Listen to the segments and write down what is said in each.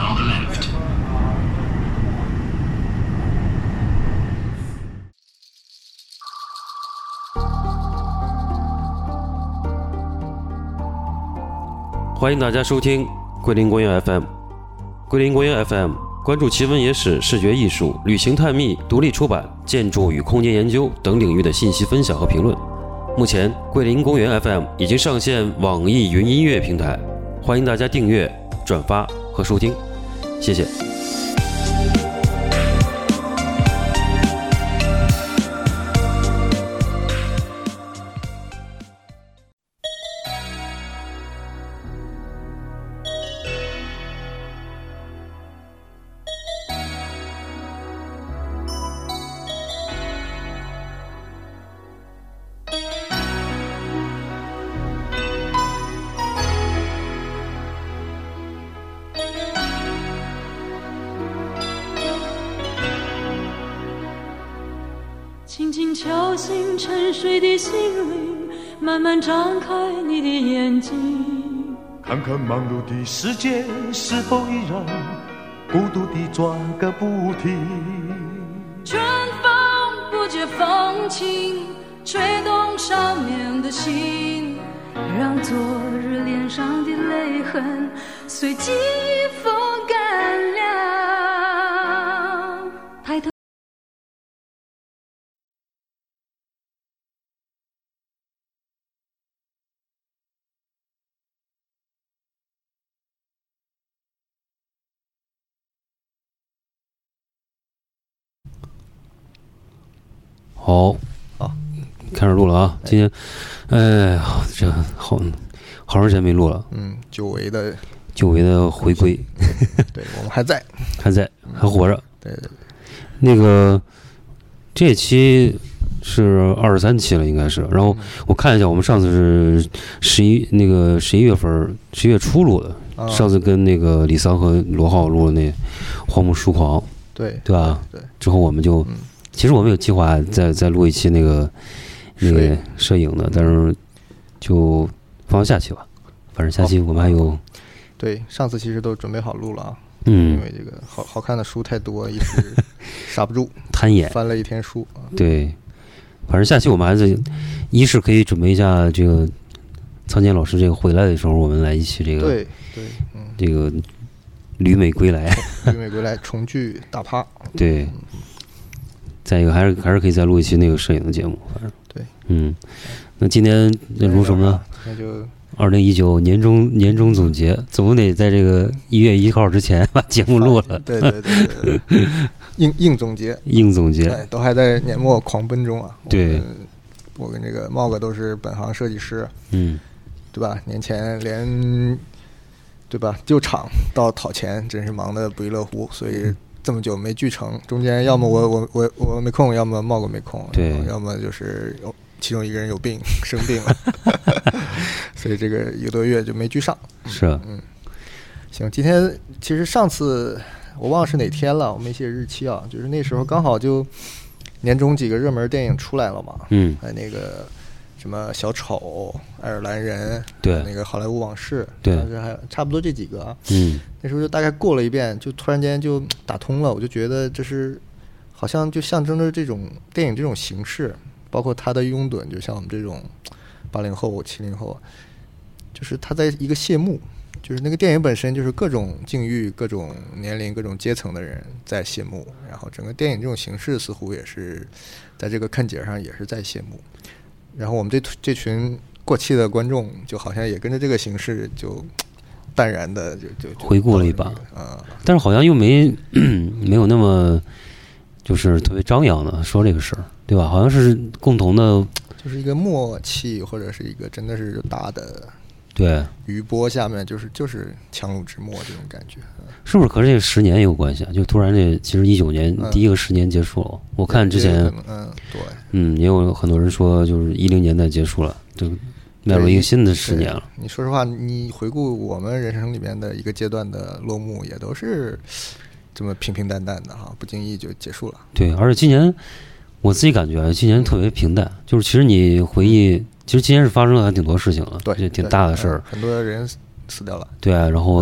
on the left. 欢迎大家收听桂林公园 FM。桂林公园 FM 关注奇闻野史、视觉艺术、旅行探秘、独立出版、建筑与空间研究等领域的信息分享和评论。目前，桂林公园 FM 已经上线网易云音乐平台，欢迎大家订阅、转发和收听，谢谢。 轻轻敲醒沉睡的心灵，慢慢张开你的眼睛， 看看忙碌的世界是否依然孤独地转个不停。 春风不觉风轻，吹动少年的心，让昨日脸上的泪痕随季风干了。抬头好，开始录了啊！今天，这好长时间没录了， 久违的回归， 对，我们还在， 还活着。 对， 那个这期是23期了，应该是。然后我看一下，我们上次是11月份，11月初录的。上次跟那个李桑和罗浩录了那《荒木疏狂》，对吧？ 对。 之后我们就。其实我们有计划再录一期那个摄影的，但是就放到下期吧。反正下期我们还有。 对，上次其实都准备好录了啊。因为这个好看的书太多，一时刹不住， 贪眼翻了一天书啊。 对，反正下期我们还是一是可以准备一下这个苍健老师这个回来的时候，我们来一起这个对， 这个旅美归来， 重聚大趴。 对。再一个还是可以再录一期那个摄影的节目，反正对， 那今天录什么呢？ 那就 2019年终总结，总得在这个1月1号之前把节目录了。 对，硬总结，对，都还在年末狂奔中啊。 对， 我跟这个茂哥都是本行设计师，对吧？年前连对吧救场到讨钱，真是忙得不亦乐乎，所以。这么久没聚成，中间要么我没空，要么茂哥没空， 对， 要么就是其中一个人有病生病了，所以这个1个多月就没聚上。 是， 行，今天其实上次我忘了是哪天了，我没写日期啊，就是那时候刚好就年终几个热门电影出来了嘛，还那个什么小丑、爱尔兰人， 对， 那个好莱坞往事， 对， 当时还差不多这几个啊，那时候就大概过了一遍，就突然间就打通了，我就觉得这是好像就象征着这种电影这种形式，包括它的拥趸，就像我们这种80后、70后，就是它在一个谢幕，就是那个电影本身就是各种境遇、各种年龄、各种阶层的人在谢幕，然后整个电影这种形式似乎也是在这个看节上也是在谢幕。然后我们这群过气的观众，就好像也跟着这个形式，就淡然的就回顾了一把但是好像又没有那么就是特别张扬的说这个事儿，对吧？好像是共同的， 就是一个默契，或者是一个真的是大的对余波下面，就是强弩之末这种感觉， 是不是？可是这个10年也有关系啊，就突然其实19年第一个10年结束了，我看之前对， 也有很多人说就是10年代结束了，就迈入一个新的10年了。 你说实话，你回顾我们人生里面的一个阶段的落幕，也都是这么平平淡淡的哈，不经意就结束了。 对，而且今年我自己感觉今年特别平淡，就是其实你回忆，其实今年是发生了还挺多事情了， 对， 挺大的事儿， 很多人死掉了， 对啊，然后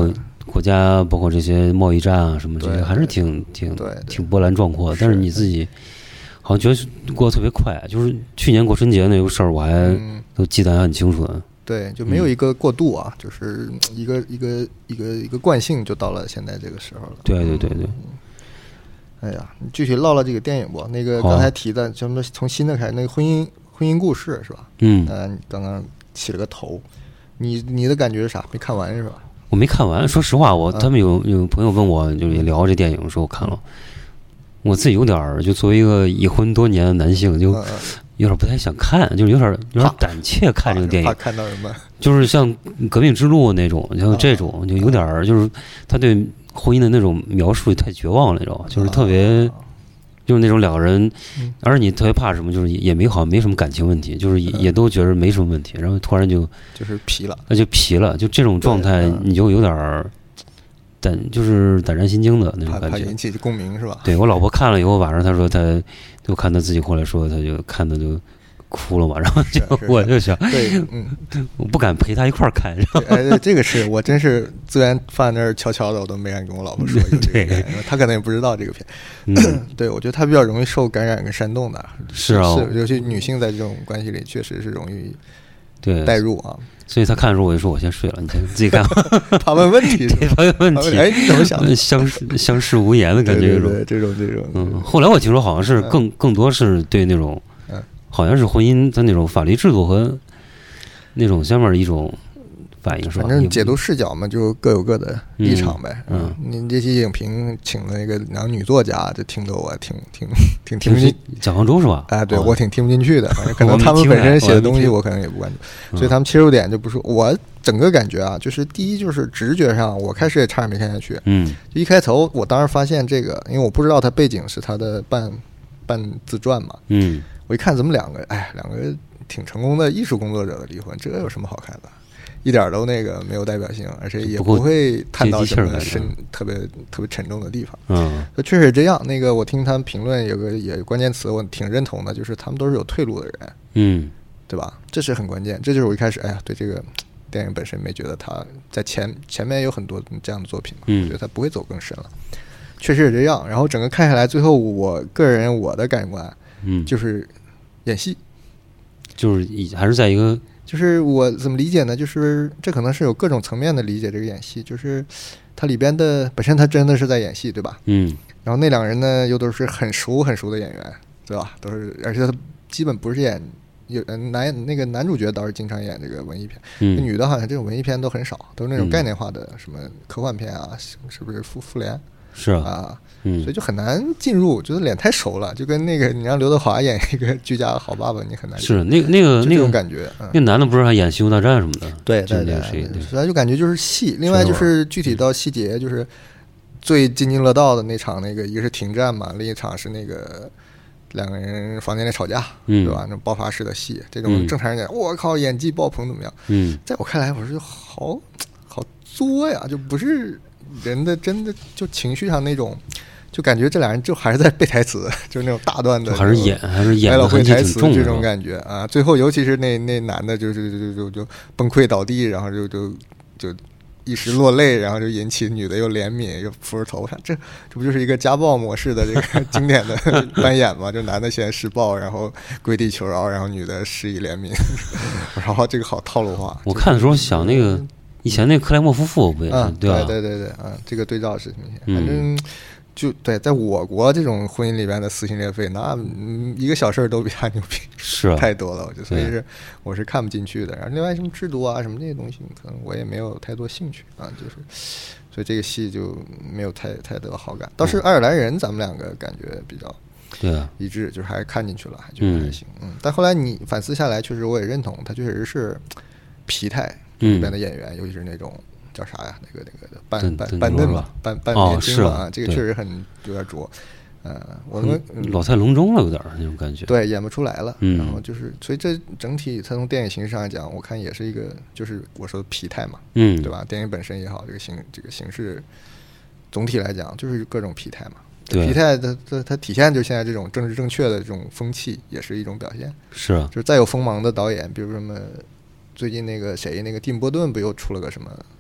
国家包括这些贸易战啊什么这些， 对还是挺波澜壮阔的。但是你自己好像觉得过得特别快，就是去年过春节那个事儿，我还都记得还很清楚的。 对，就没有一个过渡啊，就是一个惯性，就到了现在这个时候了。 对。 哎呀，你具体唠唠这个电影不？那个刚才提的什么从新的开始，那个婚姻故事是吧？你刚刚起了个头，你的感觉是啥？没看完是吧？ 我没看完，说实话，他们有朋友跟我就也聊这电影，说我看了，我自己有点就作为一个已婚多年的男性，就有点不太想看，就是有点胆怯看这个电影。 怕看到什么？ 就是像《革命之路》那种，像这种就有点就是他对婚姻的那种描述太绝望了那种，就是特别。就是那种两个人，而且你特别怕什么，就是也好像没什么感情问题，就是也都觉得没什么问题，然后突然就是疲了， 那就疲了，就这种状态，你就有点就是胆战心惊的那种感觉， 怕引起共鸣是吧？ 对，我老婆看了以后，晚上她说她就看她自己后来说，她就看的就哭了嘛，然后我就想， 对， 我不敢陪她一块儿看。 哎，这个是我真是资源放在那儿悄悄的，我都没敢跟我老婆说有这个片，她可能也不知道这个片。对，我觉得她比较容易受感染跟煽动的， 是啊， 尤其女性在这种关系里确实是容易代入啊。 所以她看的时候我就说我先睡了，你先自己看。 怕问问题， 怕问问题。 哎，你怎么想？ 相视无言的感觉， 对，这种。 后来我听说好像是更多是对那种。好像是婚姻的那种法律制度和那种下面的一种反应是吧？ 反正解读视角嘛，就各有各的立场呗。您这期影评请了一个两个女作家，就听得我挺听不进。 蒋方舟是吧？ 哎，对，我挺听不进去的。反正可能他们本身写的东西我可能也不关注，所以他们切入点就不是我整个感觉啊。就是第一就是直觉上，我开始也差点没看下去。就一开头我当时发现这个，因为我不知道他背景是他的半自传嘛。我一看怎么两个挺成功的艺术工作者的离婚，这有什么好看的？一点都那个没有代表性，而且也不会探到什么特别沉重的地方。确实这样。那个我听他们评论有个也关键词我挺认同的，就是他们都是有退路的人。对吧？这是很关键。这就是我一开始对这个电影本身没觉得他在前面有很多这样的作品嘛，我觉得他不会走更深了。确实是这样。然后整个看下来，最后我个人我的感官。就是演戏， 就是还是在一个， 就是我怎么理解呢？就是这可能是有各种层面的理解这个演戏，就是它里边的本身它真的是在演戏，对吧？然后那两个人呢又都是很熟的演员，对吧？都是，而且他基本不是演那个男主角倒是经常演这个文艺片，女的好像这种文艺片都很少，都是那种概念化的什么科幻片啊，是不是复联？ 是啊，所以就很难进入，就是脸太熟了，就跟那个你让刘德华演一个居家好爸爸，你很难。 是那个这种感觉， 那男的不是还演《星球大战》什么的？ 对，所以就感觉就是戏。另外就是具体到细节，就是最津津乐道的那场，那个一个是停战嘛，另一场是那个两个人房间里吵架，对吧？那种爆发式的戏，这种正常人讲，我靠，演技爆棚怎么样？在我看来，我说好作呀，就不是。人的真的就情绪上那种，就感觉这俩人就还是在背台词，就是那种大段的， 还是演百老汇台词这种感觉啊。最后尤其是那男的，就崩溃倒地，然后就一时落泪，然后就引起女的又怜悯，又扶着头上，这不就是一个家暴模式的这个经典的扮演吗？就男的先施暴，然后跪地求饶，然后女的施以怜悯，然后这个好套路化。 我看的时候想那个。以前那克莱默夫妇不也是对吧？ 对这个对照是明显。反正就对，在我国这种婚姻里边的撕心裂肺，那一个小事都比他牛逼， 是太多了。我觉得，所以我是看不进去的。然后另外什么制度啊什么这些东西，可能我也没有太多兴趣啊，就是所以这个戏就没有太多好感。倒是爱尔兰人，咱们两个感觉比较一致，就是还是看进去了，还觉得还行。但后来你反思下来，确实我也认同，他确实是疲态。里边的演员，尤其是那种叫啥呀？那个半嫩吧，半年轻吧，这个确实有点拙。我们老态龙钟了，有点那种感觉。 对，演不出来了。然后就是，所以这整体，它从电影形式上来讲，我看也是一个，就是我说的疲态嘛，对吧？电影本身也好，这个形式，总体来讲就是各种疲态嘛。疲态它体现就是现在这种政治正确的这种风气，也是一种表现。 是啊， 就是再有锋芒的导演，比如什么。最近那个谁，那个蒂姆·波顿不又出了个什么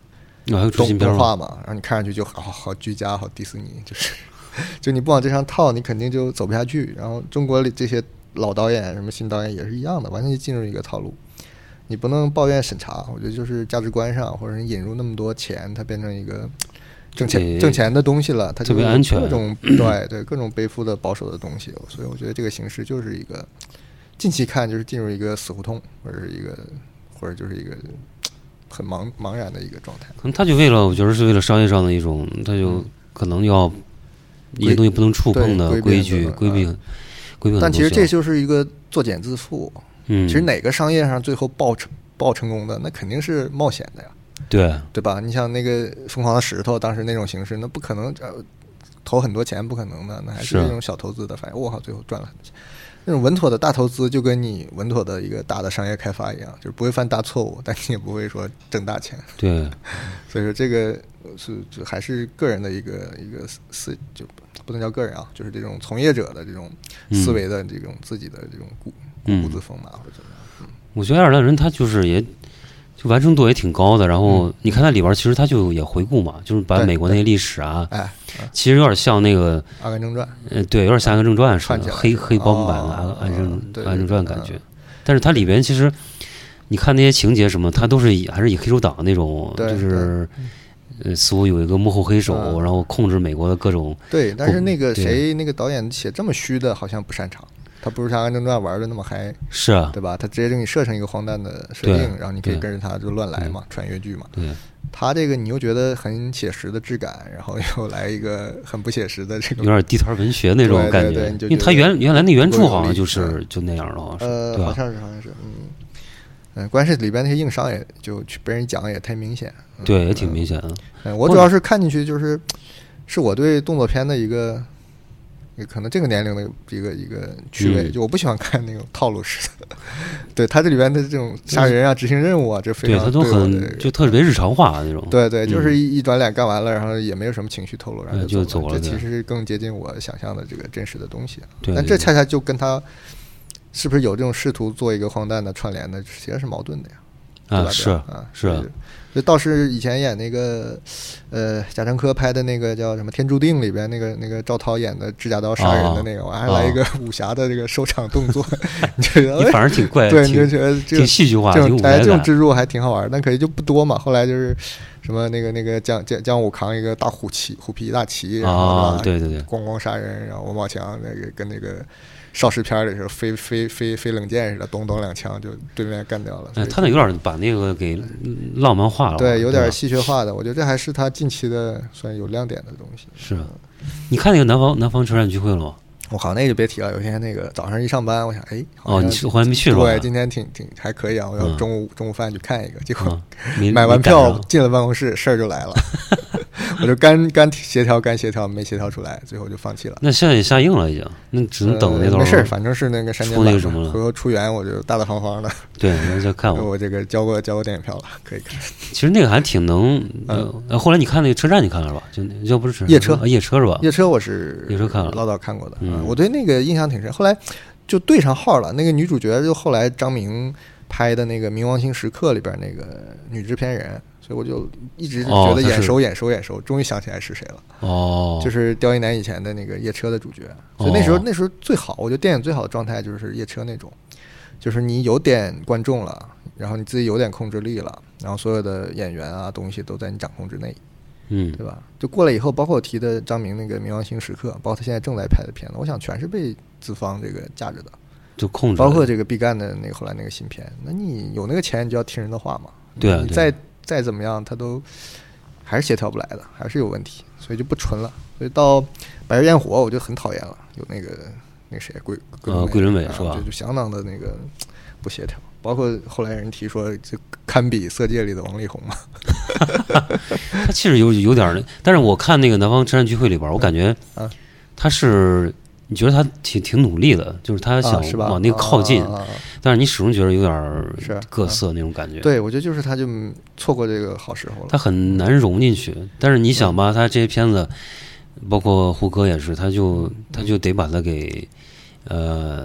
还有出新片动画嘛，然后你看上去就好居家，好迪士尼，就你不往这上套，你肯定就走不下去。然后中国里这些老导演什么新导演也是一样的，完全就进入一个套路。你不能抱怨审查，我觉得就是价值观上，或者你引入那么多钱，它变成一个挣钱的东西了，它就特别安全， 各种对各种背负的保守的东西。所以我觉得这个形式就是一个近期看就是进入一个死胡同，或者就是一个很茫然的一个状态。 可能他就我觉得是为了商业上的一种，他就可能要一些东西不能触碰的规矩规避。 但其实这就是一个作茧自缚。其实哪个商业上最后爆成功的，那肯定是冒险的呀，对吧？你像那个疯狂的石头，当时那种形式，那不可能投很多钱，不可能的，那还是那种小投资的，反正我靠，最后赚了很多钱。那种稳妥的大投资，就跟你稳妥的一个大的商业开发一样，就是不会犯大错误，但你也不会说挣大钱。 对， 所以说这个就还是个人的一个就不能叫个人啊，就是这种从业者的这种思维的这种自己的这种固自封嘛，或者怎么样。 我觉得爱尔兰人他就是就完成度也挺高的，然后你看他里边其实他就也回顾嘛，就是把美国那些历史啊，其实有点像那个《 阿甘正传》， 对，有点像《阿甘正传》似的黑帮版的《阿甘正传》感觉。但是它里边其实你看那些情节什么，它都是还是以黑手党那种，就是似乎有一个幕后黑手，然后控制美国的各种。 对，但是那个那个导演写这么虚的，好像不擅长。他不是像《阿甘正传》玩的那么嗨， 是啊， 对吧？他直接给你设成一个荒诞的设定，然后你可以跟着他就乱来嘛，穿越剧嘛。 对， 他这个你又觉得很写实的质感，然后又来一个很不写实的这个， 有点地摊文学那种感觉。因为他原来那原著好像就那样的， 好像是，关键是里边那些硬伤也就去被人讲也太明显， 对，也挺明显的。 我主要是看进去是我对动作片的一个。可能这个年龄的一个趣味，就我不喜欢看那种套路式的。对他这里边的这种杀人啊、执行任务啊，这非常对他都很就特别日常化那种。 对，就是一转脸干完了，然后也没有什么情绪透露，然后就走了。 这其实更接近我想象的这个真实的东西。 对， 但这恰恰就跟他是不是有这种试图做一个荒诞的串联的，其实是矛盾的呀。是。就道士以前演那个贾樟柯拍的那个叫什么《天注定》里边那个赵涛演的指甲刀杀人的那个，我还来一个武侠的这个收场动作，你就觉得你反而挺怪， 对，你就觉得挺戏剧化， 这种植入还挺好玩，但可惜就不多嘛。后来就是什么那个姜武扛一个大虎皮大旗，然后对， 咣咣杀人，然后王宝强那个跟那个邵氏片里时候飞冷箭似的，咚咚两枪就对面干掉了。 他那有点把那个给浪漫化了， 对，有点戏谑化的。我觉得这还是他近期的算有亮点的东西。 是，你看那个南方车站聚会了吗？ 我靠，那就别提了。有一天那个早上一上班，我想， 你还没去是吧？ 对，今天挺还可以啊。我要中午饭去看一个，结果买完票进了办公室，事儿就来了。我就干协调没协调出来，最后就放弃了。 那现在也下映了已经，那只能等那段。 没事，反正是那个删减版什么了。 和出源我就大大方方的。 对，那就看我这个交过电影票了，可以看。 其实那个还挺能。后来你看那个车站，你看了吧？就不是夜车是吧？ 夜车我是夜车看了， 老早看过的。我对那个印象挺深。后来就对上号了。那个女主角就后来张明拍的那个《冥王星时刻》里边那个女制片人。所以我就一直觉得眼熟，终于想起来是谁了。就是刁亦男以前的那个夜车的主角。所以那时候最好，我觉得电影最好的状态就是夜车那种，就是你有点观众了，然后你自己有点控制力了，然后所有的演员啊东西都在你掌控之内，对吧？就过了以后，包括我提的张明那个《冥王星时刻》，包括他现在正在拍的片子，我想全是被资方这个架着的， 就控制。 包括这个毕赣的那个后来那个新片，那你有那个钱，你就要听人的话嘛。 对， 你再怎么样，他都还是协调不来的，还是有问题，所以就不纯了。所以到《白日焰火》我就很讨厌了，有那个谁桂纶镁是吧？ 就相当的那个不协调。包括后来人提说，就堪比《色戒》里的王力宏嘛。 他其实有点，但是我看那个南方车站聚会里边，我感觉他是。你觉得他挺努力的，就是他想往那个靠近，但是你始终觉得有点各色那种感觉。 对，我觉得就是他就错过这个好时候了。 他很难融进去，但是你想吧，他这些片子，包括胡歌也是，他就得把他给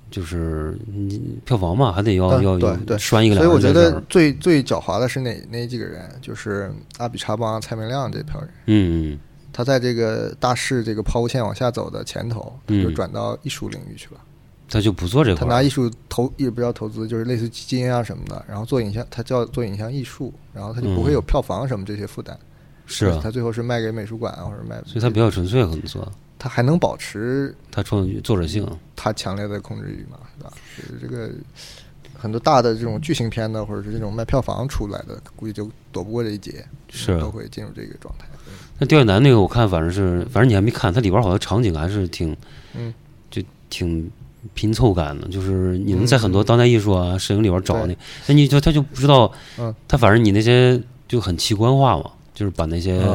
就是你票房嘛，还得要对拴一个所以我觉得两个人在这儿。 最狡猾的是哪几个人，就是阿比查邦、蔡明亮这票人。 嗯他在这个大势这个抛物线往下走的前头，他就转到艺术领域去了。 他就不做这块， 他拿艺术也不叫投资，就是类似基金啊什么的，然后做影像，他叫做影像艺术，然后他就不会有票房什么这些负担。 是啊， 他最后是卖给美术馆或者卖， 所以他比较纯粹很做。 他还能保持他作者性， 他强烈的控制欲嘛，对吧？就是这个很多大的这种巨型片的，或者是这种卖票房出来的，估计就躲不过这一劫， 是都会进入这个状态。 那《吊眼男》那个我看，反正你还没看，它里边好多场景还是挺拼凑感的，就是你能在很多当代艺术啊、摄影里边找那，那你就他就不知道，他反正你那些就很奇观化嘛，就是把那些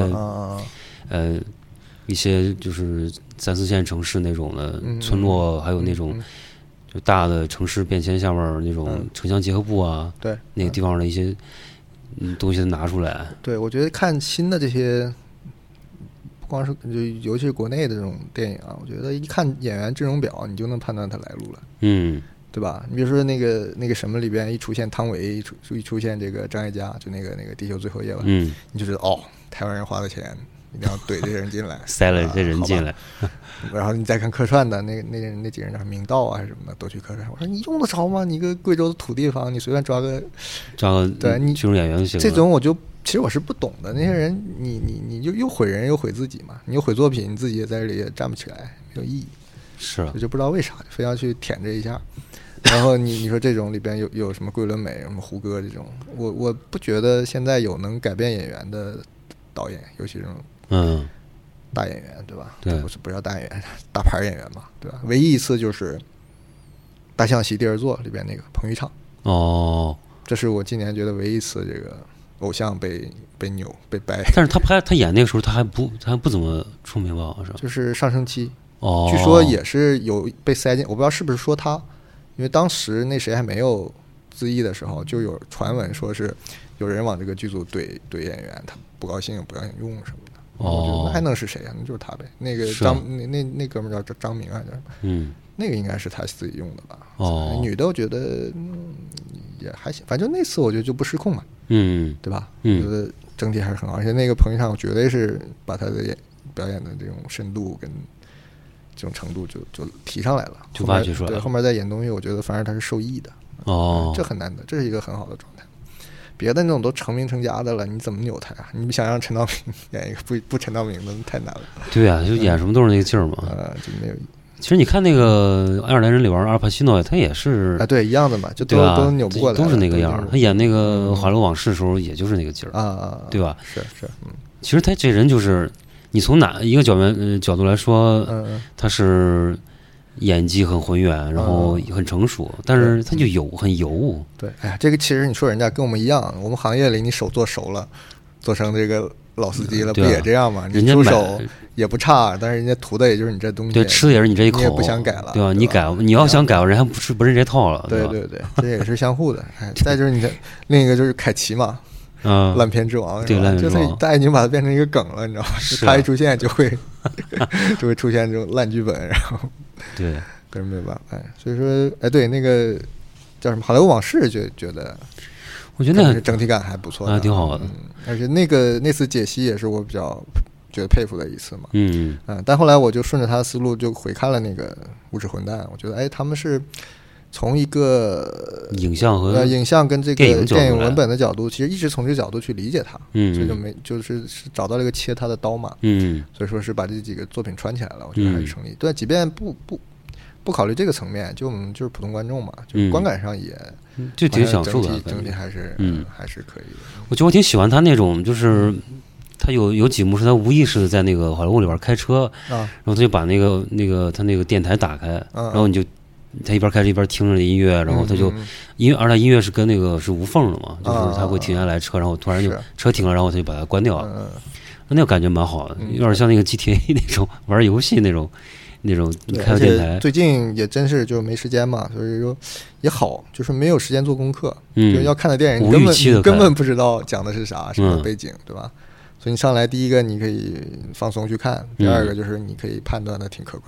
一些就是3、4线城市那种的村落，还有那种就大的城市变迁下面那种城乡结合部啊， 对那个地方的一些东西拿出来。 对，我觉得看新的这些，不光是就尤其是国内的这种电影啊，我觉得一看演员阵容表，你就能判断他来路了。对吧？你比如说那个什么里边一出现汤唯，一出现这个张艾嘉，就那个《地球最后夜晚》，你就知道哦，台湾人花的钱一定要怼这人进来， 塞了这人进来。 然后你再看客串的那几个人叫明道啊还是什么的，都去客串。我说你用得着吗？你一个贵州的土地方，你随便抓个对你剧中演员就行了。 这种其实我是不懂的。那些人你就又毁人又毁自己嘛，你又毁作品，你自己也在这里也站不起来，没有意义。 是， 我就不知道为啥非要去舔这一下。然后你说这种里边有什么桂纶镁、什么胡歌这种，我不觉得现在有能改变演员的导演，尤其这种大演员，对吧？ 对， 不是叫大演员，大牌演员嘛，对吧？唯一一次就是《大象席地而坐》里边那个彭昱畅。 哦， 这是我今年觉得唯一一次这个偶像被扭被掰。 但是他演那个时候他还不怎么出名吧？好像就是上升期。 哦， 据说也是有被塞进，我不知道是不是说他，因为当时那谁还没有自缢的时候，就有传闻说是有人往这个剧组怼演员，他不高兴用什么的。我觉得那还能是谁啊？那就是他呗。那个那哥们叫张明还是什么？那个应该是他自己用的吧。 哦， 女的我觉得也还行，反正那次我觉得就不失控嘛。对吧？我觉得整体还是很好，而且那个彭昱畅，我绝对是把他的表演的这种深度跟这种程度就提上来了， 就挖掘出来了。 对，后面再演东西，我觉得反而他是受益的。这很难得，这是一个很好的状态。别的那种都成名成家的了，你怎么扭他啊？你想让陈道明演一个不陈道明的，太难了。 对啊，就演什么都是那个劲儿嘛。 就没有意义。 其实你看那个《爱尔兰人》里边阿尔帕西诺，他也是对一样的嘛，就都扭不过来， 都是那个样。他演那个《华罗往事》的时候，也就是那个劲儿对吧？ 是。 其实他这人就是你从哪一个角度来说，他是演技很浑圆，然后很成熟，但是他就很油。 对，哎呀，这个其实你说人家跟我们一样，我们行业里你手做熟了，做成这个老司机了，不也这样吗？ 人家出手也不差，但是人家图的也就是你这东西， 对，吃的也是你这一口， 你也不想改了， 对吧？你改，你要想改，人还不认这套了， 对，这也是相互的。再就是你另一个就是凯奇嘛。烂片之王， 对，烂片之王， 大家已经把它变成一个梗了，你知道吗？他一出现就会出现这种烂剧本，然后对， 跟人没办法。所以说，对那个叫什么《好莱坞往事》，觉得我觉得那整体感还不错的， 挺好的。 而且那次解析也是我比较觉得佩服的一次嘛。但后来我就顺着他的思路就回看了那个《无耻混蛋》，我觉得他们是。从一个影像跟这个电影文本的角度，其实一直从这个角度去理解它，所以就是找到了一个切它的刀嘛，所以说是把这几个作品串起来了，我觉得还是成立。对，即便不考虑这个层面，就我们就是普通观众嘛，就是观感上也就挺享受的， 整体还是还是可以的。 我觉得我挺喜欢他那种，就是他有几幕是他无意识的在那个好莱坞里边开车，然后他就把他那个电台打开，然后他一边开车一边听着音乐，然后他就而他音乐是跟那个是无缝的嘛，就是他会停下来车，然后突然就车停了，然后他就把它关掉，那个感觉蛮好的，有点像那个 GTA 那种玩游戏那种开个电台。 最近也真是就没时间嘛，所以说也好，就是没有时间做功课，就要看的电影你根本不知道讲的是啥，什么背景，对吧？所以你上来第一个你可以放松去看，第二个就是你可以判断的挺客观的。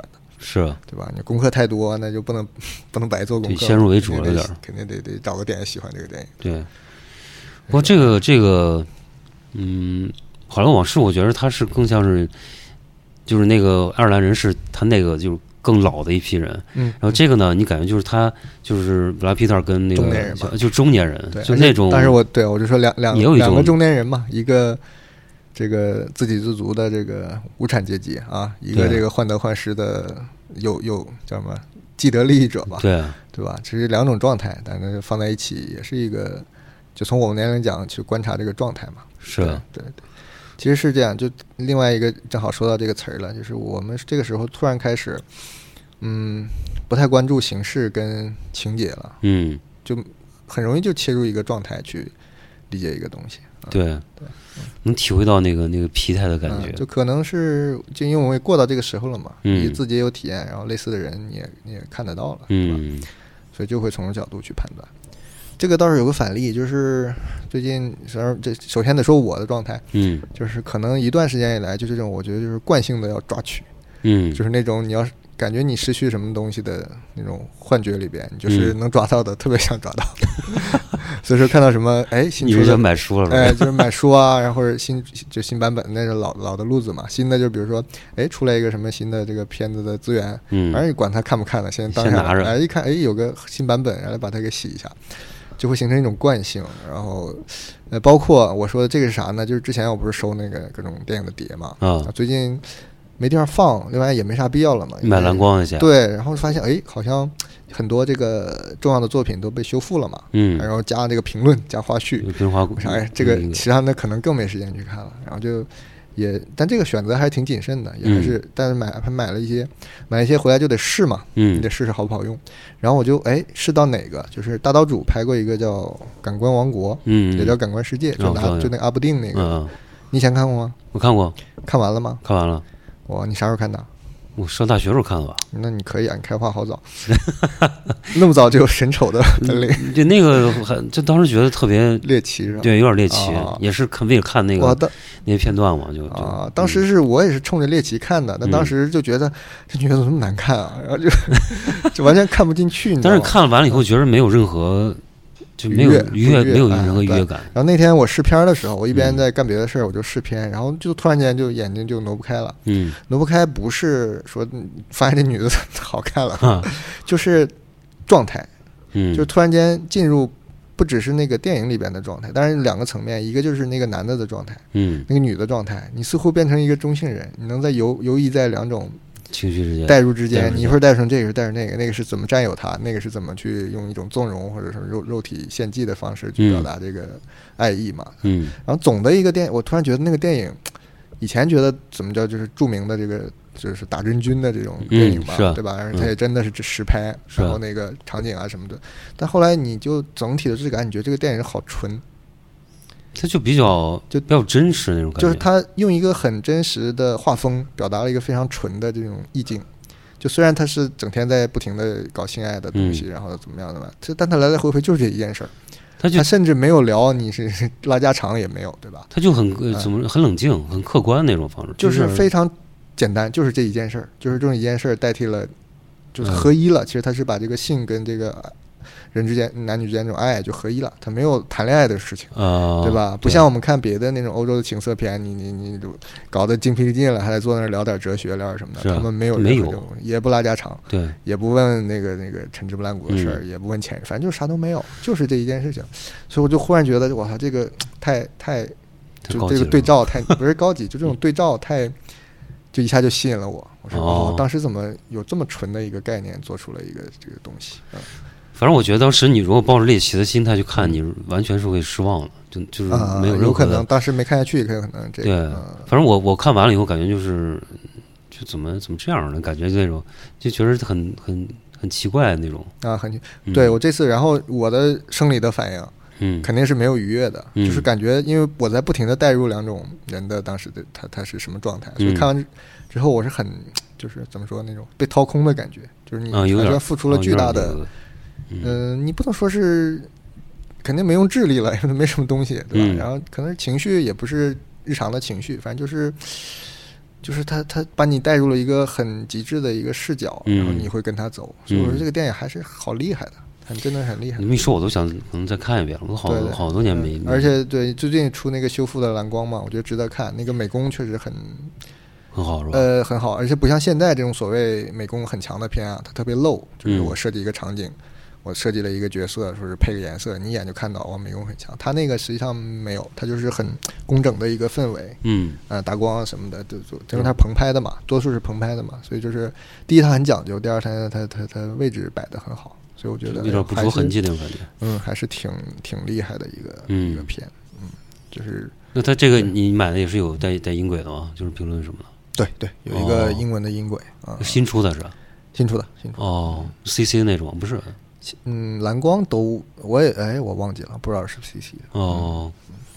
是， 对吧？你功课太多，那就不能白做功课， 先入为主了有点， 肯定得找个点喜欢这个电影。 对，不过这个，好莱坞往事，我觉得它是更像是，就是那个爱尔兰人是他那个就是更老的一批人，然后这个呢，你感觉就是他就是布拉皮特跟那个中年人就中年人， 对， 就那种。 但是我就说两个中年人嘛，一个这个自给自足的这个无产阶级啊，一个这个患得患失的有叫什么既得利益者吧，对吧？这是两种状态，但是放在一起也是一个，就从我们年龄讲去观察这个状态嘛， 是， 对。其实是这样，就另外一个正好说到这个词儿了，就是我们这个时候突然开始，不太关注形式跟情节了，就很容易就切入一个状态去理解一个东西， 对，能体会到那个疲态的感觉， 就可能是就因为我们过到这个时候了嘛，你自己也有体验，然后类似的人你也看得到了，所以就会从这角度去判断。这个倒是有个反例，就是最近首先得说我的状态，就是可能一段时间以来，就这种我觉得就是惯性的要抓取，就是那种你要感觉你失去什么东西的那种幻觉里边，你就是能抓到的，特别想抓到。所以说看到什么新出的买书了， 就是买书啊，然后或者新版本那是老的路子嘛，新的就比如说出来一个什么新的这个片子的资源，反正你管它看不看了，先当下拿着， 一看有个新版本，然后把它给洗一下。就会形成一种惯性，然后包括我说的这个是啥呢？就是之前我不是收那个各种电影的碟嘛，最近没地方放，另外也没啥必要了嘛， 买蓝光一下， 对，然后发现好像很多这个重要的作品都被修复了嘛，然后加这个评论加花絮，这个其他的可能更没时间去看了，然后就但这个选择还挺谨慎的，也还是，但是买了一些回来就得试嘛，你得试试好不好用。然后我就试到哪个，就是大岛渚拍过一个叫《感官王国》，也叫《感官世界》，就那个阿布定那个，你以前看过吗？ 我看过， 看完了吗？ 看完了。 哇，你啥时候看的？ 我上大学时候看的吧。 那你可以啊，你开化好早，那么早就有神丑的分类。 就那个就当时觉得特别猎奇是吧？ 对，有点猎奇，也是为了看那个那些片段嘛，就当时我也是冲着猎奇看的，但当时就觉得这女的怎么那么难看啊，然后就完全看不进去。 但是看完了以后，觉得没有任何。就没有愉悦，没有任何愉悦感。 然后那天我试片的时候，我一边在干别的事儿，我就试片，然后就突然间就眼睛就挪不开了。挪不开不是说发现这女的好看了，就是状态，就突然间进入不只是那个电影里边的状态，当然两个层面，一个就是那个男的的状态，那个女的状态，你似乎变成一个中性人，你能在游移在两种。 情绪之间代入之间，你一会儿带成这个，带成那个是怎么占有他，那个是怎么去用一种纵容或者是肉体献祭的方式去表达这个爱意嘛。然后总的一个我突然觉得那个电影，以前觉得怎么叫就是著名的这个就是打真菌的这种电影嘛，对吧？而且它也真的是实拍，然后那个场景啊什么的。但后来你就整体的质感，你觉得这个电影好纯。 它就比较真实那种感觉， 就是他用一个很真实的画风表达了一个非常纯的这种意境。就虽然他是整天在不停的搞性爱的东西，然后怎么样的嘛，但他来来回回就是这一件事儿。他甚至没有聊你是拉家常也没有，对吧？ 他就很冷静、很客观那种方式， 就是非常简单，就是这一件事儿，就是这种一件事儿代替了，就是合一了。其实他是把这个性跟这个。人之间男女之间这种爱就合一了，他没有谈恋爱的事情，对吧？不像我们看别的那种欧洲的情色片，你搞得精疲力尽了，还得坐那儿聊点哲学，聊点什么的。他们没有这种，也不拉家常，对，也不问那个陈芝不烂谷的事儿，也不问前，反正就啥都没有，就是这一件事情。所以我就忽然觉得，哇，这个太就这个对照太不是高级，就这种对照太，就一下就吸引了我。我说当时怎么有这么纯的一个概念，做出了一个这个东西。 反正我觉得当时你如果抱着猎奇的心态去看，你完全是会失望的，就是没有任何的。 有可能当时没看下去，也可能这个。 对，反正我看完了以后，感觉就怎么这样的感觉，那种就觉得很奇怪那种啊，对我这次，然后我的生理的反应，肯定是没有愉悦的，就是感觉因为我在不停的带入两种人的当时的他是什么状态，所以看完之后我是很就是怎么说那种被掏空的感觉，就是你好像付出了巨大的。你不能说是肯定没用智力了，因为没什么东西，对吧？然后可能情绪也不是日常的情绪，反正就是就是他把你带入了一个很极致的一个视角，然后你会跟他走，所以我说这个电影还是好厉害的，真的很厉害。 你们一说我都想可能再看一遍了，我好多年没。 而且对最近出那个修复的蓝光嘛，我觉得值得看，那个美工确实很好是吧？ 很好，而且不像现在这种所谓美工很强的片啊，它特别露，就是我设计一个场景。我设计了一个角色，说是配个颜色，你一眼就看到我美工很强。他那个实际上没有，他就是很工整的一个氛围，打光什么的都做，因为它澎湃的嘛，多数是澎湃的嘛，所以就是第一它很讲究，第二它位置摆得很好，所以我觉得有点不着痕迹那种感觉。 还是挺厉害的一个片，就是那它这个你买的也是有带音轨的吗？就是评论什么的？对，有一个英文的音轨啊， 新出的是吧？ 新出的哦 ，CC 那种不是？ 蓝光都我忘记了，不知道是 CC 的哦。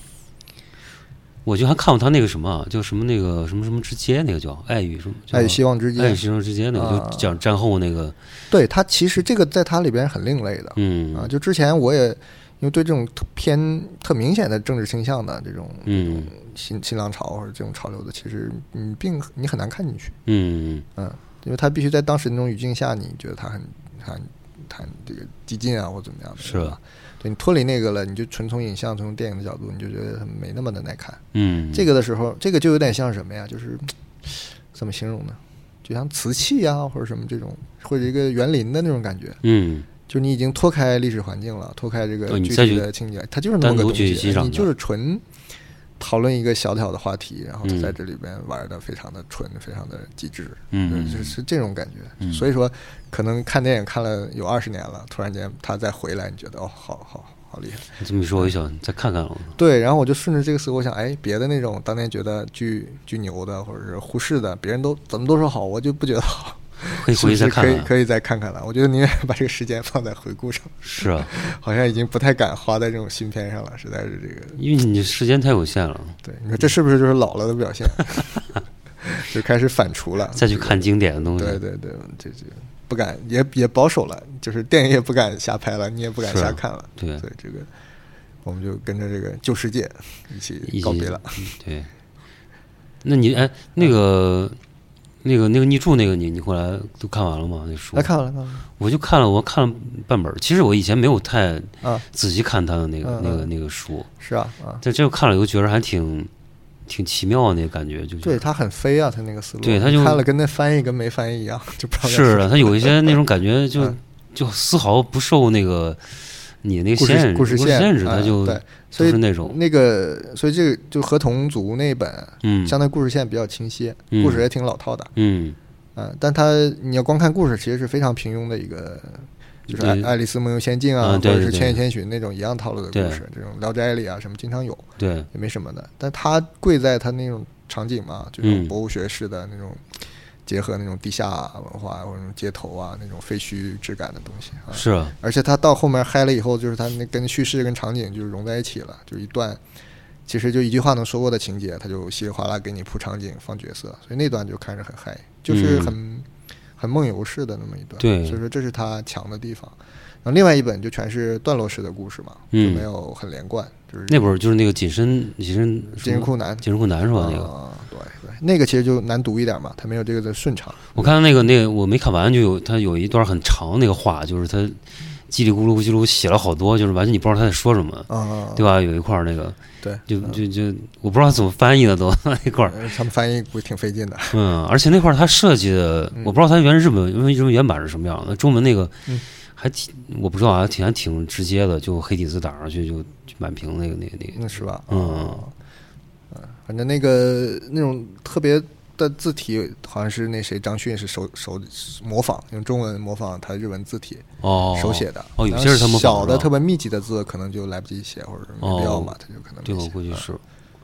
我就还看过他那个什么，叫什么那个什么之街，那个叫爱与什么？ 爱与希望之街， 爱与希望之街那个就讲战后那个。 对，他其实这个在他里边很另类的，就之前我也因为对这种特明显的政治倾向的这种新浪潮或者这种潮流的，其实你很难看进去，因为他必须在当时那种语境下，你觉得他很这个激进啊或怎么样的， 是吧？ 对，你脱离那个了，你就纯从影像从电影的角度，你就觉得没那么的耐看。 这个的时候，这个就有点像什么呀？就是怎么形容呢？就像瓷器啊或者什么这种，或者一个园林的那种感觉。就你已经脱开历史环境了，脱开这个具体的情节，它就是那么个东西，你就是纯讨论一个小小的话题，然后他在这里边玩的非常的纯，非常的极致，就是这种感觉。所以说，可能看电影看了有20年了，突然间他再回来，你觉得好厉害。 你这么一说，我想再看看了。 对，然后我就顺着这个思路，我想，别的那种当年觉得巨牛的或者是忽视的，别人都怎么都说好，我就不觉得好。 可以回去再看看， 可以再看看了。我觉得宁愿把这个时间放在回顾上。 是啊， 好像已经不太敢花在这种新片上了，实在是这个。 因为你时间太有限了。 对，你说这是不是就是老了的表现？就开始反刍了， 再去看经典的东西。 对，这不敢，也保守了，就是电影也不敢瞎拍了，你也不敢瞎看了。 对， 所以这个我们就跟着这个旧世界一起告别了。 对，那你那个逆柱那个你后来都看完了吗？那书看了， 我看了半本。其实我以前没有太仔细看他的那个书。 是啊， 在这个看了以后，觉得还挺奇妙的那个感觉，就对他很飞啊，他那个思路。 对，他就看了跟那翻译跟没翻译一样，就不知道是的，他有一些那种感觉就丝毫不受那个你那个故事限制，他就对。 所以那种所以这个就合同族那本，相对故事线比较清晰，故事也挺老套的，但你要光看故事，其实是非常平庸的一个，就是爱丽丝梦游仙境啊，或者是千与千寻那种一样套路的故事，这种聊斋里啊什么经常有， 对， 也没什么的。但它贵在它那种场景嘛，这种博物学式的那种。结合那种地下文化或者那种街头啊那种废墟质感的东西是啊， 而且它到后面嗨了以后，就是它那跟叙事跟场景就融在一起了，就一段其实就一句话能说过的情节，它就稀里哗啦给你铺场景放角色，所以那段就看着很嗨，就是很梦游式的那么一段。 对， 所以说这是它强的地方。然后另外一本就全是段落式的故事嘛，就没有很连贯。就是那本就是那个紧身裤男是吧？那个对，那个其实就难读一点嘛，它没有这个的顺畅。 我看那个我没看完，它有一段很长那个话，就是它叽里咕噜写了好多，就是完全你不知道他在说什么，对吧？有一块那个， 对， 就我不知道怎么翻译的都那块他们翻译不挺费劲的。 而且那块他设计的，我不知道他日文原版是什么样的，中文那个还我不知道啊，还挺直接的，就黑体字打上去就满屏那是吧？反正那种特别的字体，好像是那谁张勋是手模仿，用中文模仿他日文字体手写的。 有些是他们小的特别密集的字，可能就来不及写，或者没必要嘛，他就可能对，我估计是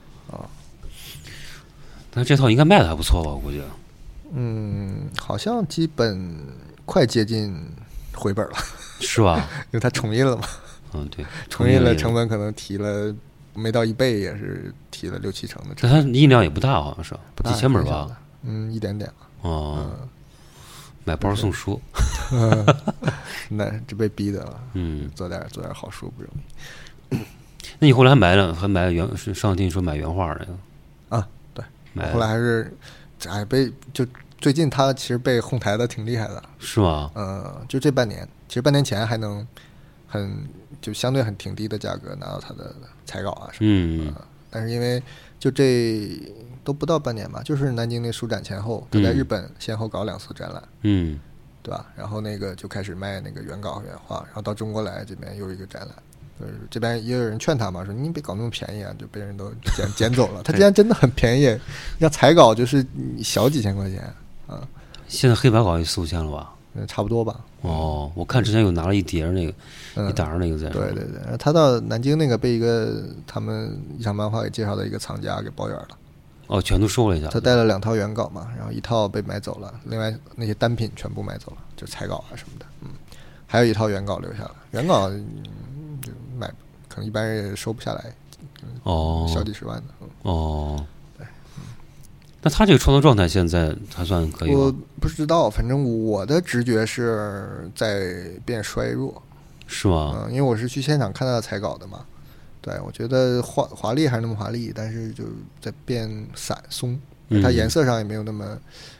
但是这套应该卖的还不错吧？我估计。 好像基本快接近回本了，是吧？ 因为他重印了嘛。 对， 重印了，成本可能提了没到1倍，也是提了6-7成的。 但它印量也不大，好像是几千本吧？ 一点点。 买包送书， 那这被逼的了。做点好书不容易。 那你后来还买了上厅说买原画那个对，后来还是就最近他其实被哄抬的挺厉害的， 是吗？ 就这半年，其实半年前还能就相对很挺低的价格拿到他的彩稿啊什么的，但是因为就这都不到半年吧，就是南京那书展前后，他在日本先后搞2次展览，对吧？然后那个就开始卖那个原稿和原画，然后到中国来这边又一个展览，这边也有人劝他嘛，说你别搞那么便宜啊，就被人都捡走了。他竟然真的很便宜，像彩稿就是小几千块钱啊。 现在黑白稿也4、5千了吧？ 差不多吧。 我看之前有拿了一叠那个，一沓那个在。 对对对，他到南京那个被一个他们一场漫画给介绍的一个藏家给包圆了。 全都收了一下。 他带了2套原稿嘛，然后1套被买走了，另外那些单品全部买走了，就彩稿啊什么的。还有1套原稿留下了，原稿就买可能一般人也收不下来。小几十万的。对。 那他这个创作状态现在还算可以吗？ 我不知道，反正我的直觉是在变衰弱。 是吗？ 因为我是去现场看他的彩稿的嘛。对，我觉得华丽还是那么华丽，但是就在变散松，它颜色上也没有那么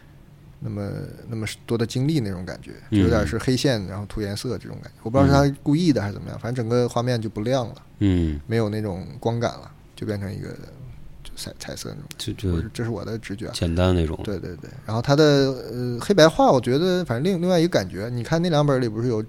多的精力那种感觉，就有点是黑线然后涂颜色这种感觉。我不知道是他故意的还是怎么样，反正整个画面就不亮了，没有那种光感了，就变成一个就彩色那种，这是我的直觉， 简单那种。 对对对，然后他的黑白画，我觉得反正另外一个感觉，你看那2本里不是有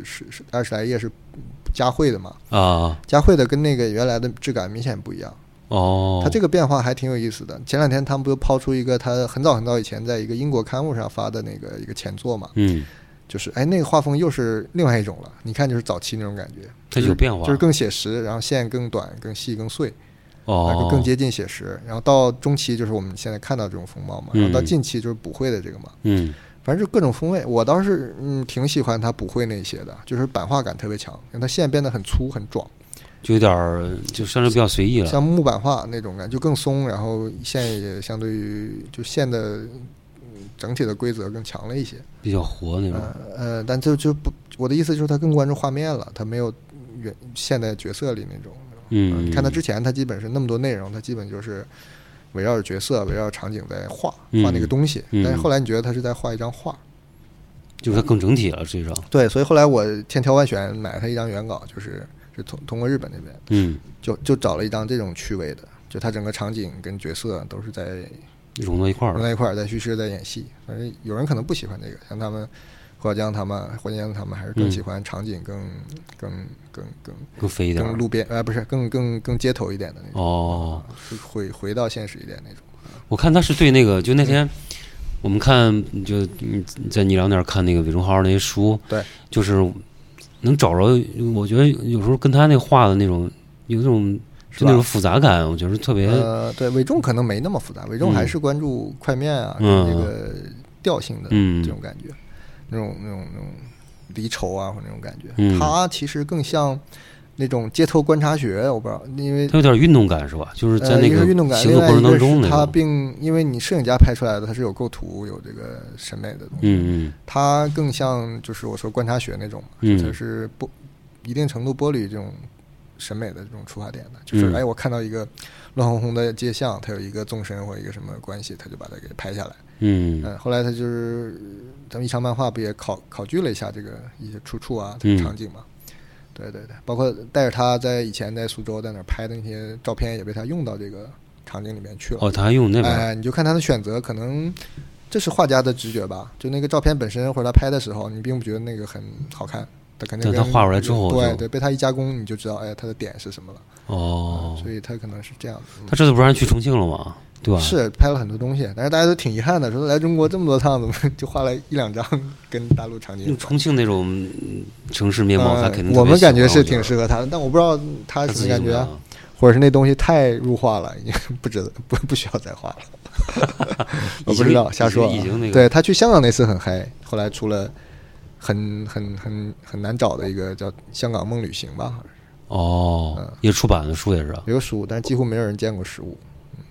20来页是嘉惠的嘛？嘉惠的跟那个原来的质感明显不一样。他这个变化还挺有意思的。前2天他们不就抛出一个他很早以前在一个英国刊物上发的那个一个前作嘛？就是那个画风又是另外一种了。你看就是早期那种感觉， 它有变化， 就是更写实，然后线更短、更细、更碎，更接近写实。然后到中期就是我们现在看到这种风貌嘛，然后到近期就是补绘的这个嘛。反正就各种风味，我倒是挺喜欢他补绘那些的，就是版画感特别强，让它线变得很粗很壮， 就有点就相对比较随意了， 像木板画那种感觉，就更松，然后线也相对于就线的整体的规则更强了一些， 比较活那种。 但就不，我的意思就是他更关注画面了，他没有现代角色里那种。你看他之前，他基本是那么多内容，他基本就是围绕着角色、围绕着场景在画那个东西。但是后来你觉得他是在画一张画， 就是它更整体了，实际上。 对，所以后来我千挑万选买他一张原稿，是通过日本那边，就找了一张这种趣味的，就他整个场景跟角色都是在融到一块儿，在叙事，在演戏。反正有人可能不喜欢这个，像他们霍江他们还是更喜欢场景更飞一点， 更路边不是更街头一点的那种。回到现实一点那种。 我看他是对那个，就那天我们看，就在你俩那儿看那个韦忠浩那些书， 对， 就是能找着，我觉得有时候跟他那画的那种有那种就那种复杂感，我觉得特别。 对，韦忠可能没那么复杂，韦忠还是关注块面啊，这个调性的这种感觉，那种离愁啊或者那种感觉。他其实更像那种街头观察学，我不知道，因为它有点运动感是吧？就是在那个运动感， 行走过程当中那他因为你摄影家拍出来的，它是有构图、有这个审美的东西。它更像就是我说观察学那种，它是一定程度剥离这种审美的这种出发点的，就是我看到一个乱哄哄的街巷，它有一个纵深或一个什么关系，他就把它给拍下来。后来他就是咱们一场漫画不也考据了一下这个一些出处啊，这个场景嘛。对对对，包括带着他以前在苏州在那儿拍的那些照片，也被他用到这个场景里面去了。 他还用那边。 你就看他的选择，可能这是画家的直觉吧。就那个照片本身，或者他拍的时候，你并不觉得那个很好看，他肯定但他画出来之后， 对，被他一加工，你就知道，他的点是什么了。所以他可能是这样。 他这次不是去重庆了吗？对吧？ 是拍了很多东西，但是大家都挺遗憾的，说来中国这么多趟，怎么就画了1、2张跟大陆场景。 重庆那种城市面貌，他肯定我们感觉是挺适合他的，但我不知道他什么感觉，或者是那东西太入画了，已经不需要再画了。我不知道，瞎说。对，他去香港那次很嗨，后来出了很难找的一个叫《香港梦旅行》吧， 也出版的书也是有书，但是几乎没有人见过实物。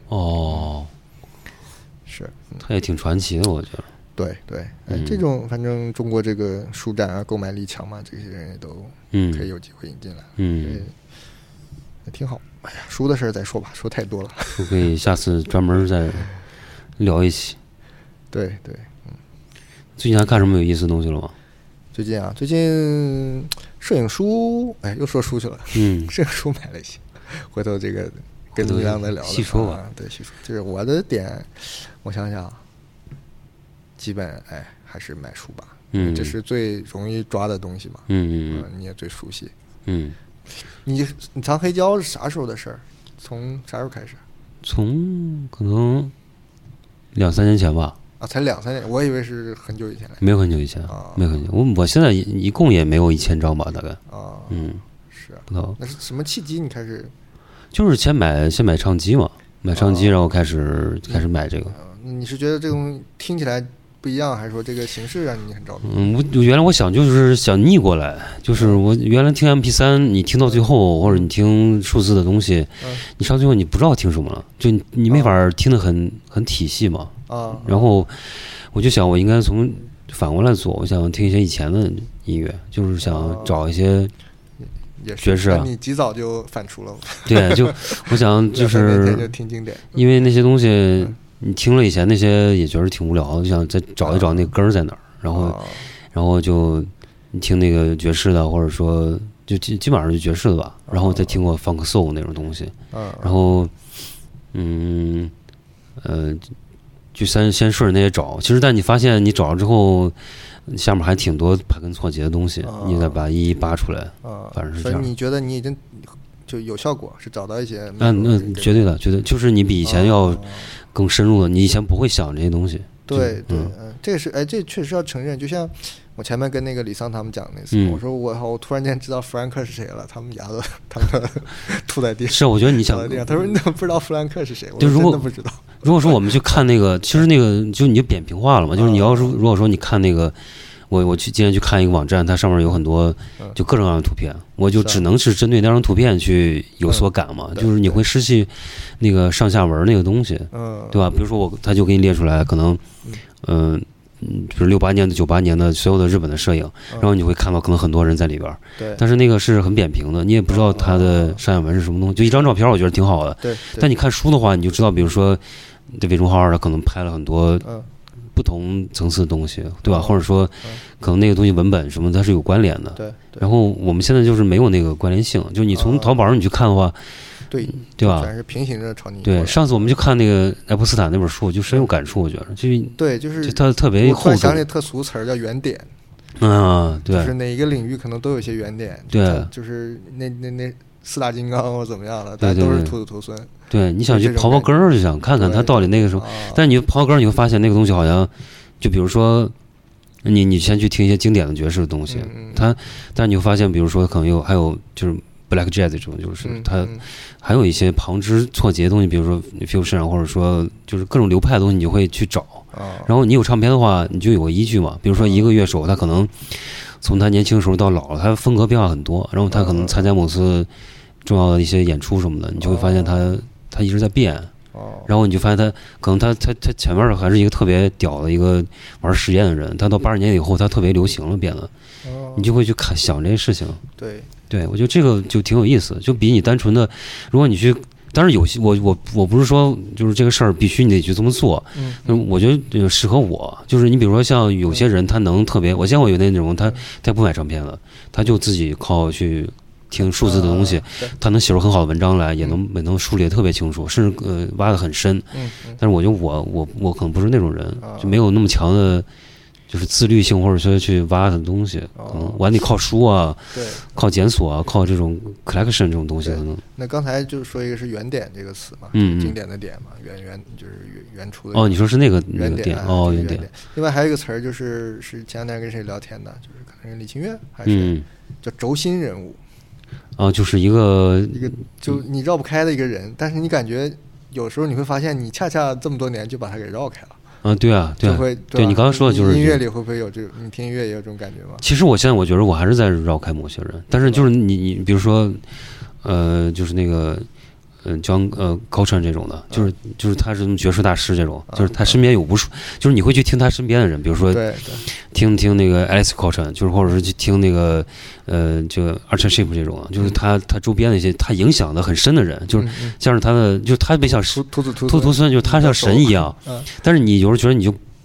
是， 他也挺传奇的，我觉得。 对对，这种反正中国这个书展啊，购买力强嘛，这些人也都可以有机会引进来，也挺好。书的事儿再说吧，说太多了。 可以下次专门再聊一期。 对对， 最近还看什么有意思的东西了吗？ 最近摄影书，哎，又说书去了。摄影书买了一些，回头这个跟陆阳再聊了。 细说吧。 对，细说。就是我的点，我想想，基本还是买书吧。这是最容易抓的东西嘛。你也最熟悉。你藏黑胶是啥时候的事儿？从啥时候开始？ 从可能2-3年前吧。 才2-3年，我以为是很久以前了。 没有很久以前，没有很久。我现在一共也没有1000张吧，大概。 是不知道。 那是什么契机？你开始？ 就是先买唱机嘛，买唱机，然后开始买这个。 你是觉得这个东西听起来不一样，还是说这个形式让你很着迷？我原来我想就是想逆过来，就是我原来听 MP3，你听到最后或者你听数字的东西，你上最后你不知道听什么了，就你没法听得很体系嘛。然后我就想我应该反过来做，我想听一些以前的音乐，就是想找一些爵士啊。 你及早就反刍了。 对，就我想就是就听经典， 因为那些东西你听了以前那些也觉得挺无聊的，就想再找一找那根儿在哪儿，然后就你听那个爵士的，或者说就基本上就爵士的吧，然后再听过 funk soul 那种东西，然后就先顺着那些找，其实但你发现你找了之后，下面还挺多盘根错节的东西，你再把一扒出来，反正是这样。 所以你觉得你已经就有效果，是找到一些？ 那绝对的，绝对就是你比以前要更深入的，你以前不会想这些东西。 对对，这个是这确实要承认，就像我前面跟那个李桑他们讲那次，我说我突然间知道弗兰克是谁了，他们牙都吐在地上。 是，我觉得你想， 他说你怎么不知道弗兰克是谁？我真的不知道。 如果说我们去看那个，其实那个就你就扁平化了嘛，就是你要是如果说你看那个，我今天去看一个网站，它上面有很多就各种各样的图片，我就只能是针对那张图片去有所感嘛，就是你会失去那个上下文那个东西，对吧？比如说他就给你列出来，可能比如68年的、98年的所有的日本的摄影，然后你会看到可能很多人在里边，但是那个是很扁平的，你也不知道它的上下文是什么东西，就一张照片我觉得挺好的，但你看书的话，你就知道，比如说这魏忠浩他可能拍了很多不同层次的东西，对吧？或者说可能那个东西文本什么它是有关联的，然后我们现在就是没有那个关联性，就你从淘宝上你去看的话，对吧？ 全是平行着朝你。 对，上次我们就看那个爱泼斯坦那本书，就深有感触，我觉得就是它特别厚重。 我想起特俗词儿叫原点。 对， 就是哪一个领域可能都有一些原点。 对， 就是那4大金刚或怎么样的，但都是徒子徒孙。 对，你想去刨根儿，就想看看它到底那个时候。但你刨根儿，你会发现那个东西好像，就比如说，你先去听一些经典的爵士的东西，但你会发现，比如说可能还有就是 Black Jazz 这种，就是它还有一些旁枝错节的东西，比如说 fusion 或者说就是各种流派的东西，你就会去找。然后你有唱片的话，你就有个依据嘛。比如说一个乐手，他可能从他年轻的时候到老了，他风格变化很多，然后他可能参加某次重要的一些演出什么的，你就会发现他一直在变。然后你就发现可能他前面还是一个特别屌的一个玩实验的人，他到80年以后他特别流行了，变得，你就会去想这些事情。对，我觉得这个就挺有意思，就比你单纯的，如果你去，当然有些我不是说就是这个事儿必须你得去这么做，我觉得适合我，就是你比如说像有些人他能特别，我见过有那种他不买唱片了，他就自己靠去听数字的东西，他能写出很好的文章来，也能梳理得特别清楚，甚至挖得很深。但是我觉得我可能不是那种人，就没有那么强的，就是自律性，或者说去挖的东西，可能我还得靠书啊，靠检索啊，靠这种 collection 这种东西可能。 那刚才就是说一个是原点这个词嘛，经典的点嘛，原就是原出的。 哦，你说是那个原点哦， 原点。 另外还有一个词儿，是前两天跟谁聊天的，就是可能跟李清月还是叫轴心人物。 就是一个就你绕不开的一个人，但是你感觉有时候你会发现，你恰恰这么多年就把他给绕开了。 对啊，对你刚才说的就是音乐里会不会有这种？你听音乐也有这种感觉吗？ 其实我现在我觉得我还是在绕开某些人，但是就是你比如说，就是那个John Coltrane 这种的，就是他是爵士大师这种，就是他身边有无数，就是你会去听他身边的人，比如说听那个 Alex Coltrane，就是或者是去听那个这个 Archship 这种，就是他周边的一些他影响的很深的人，就是像是他的，就是他被像徒子孙， 就是他像神一样，但是你有时候觉得你就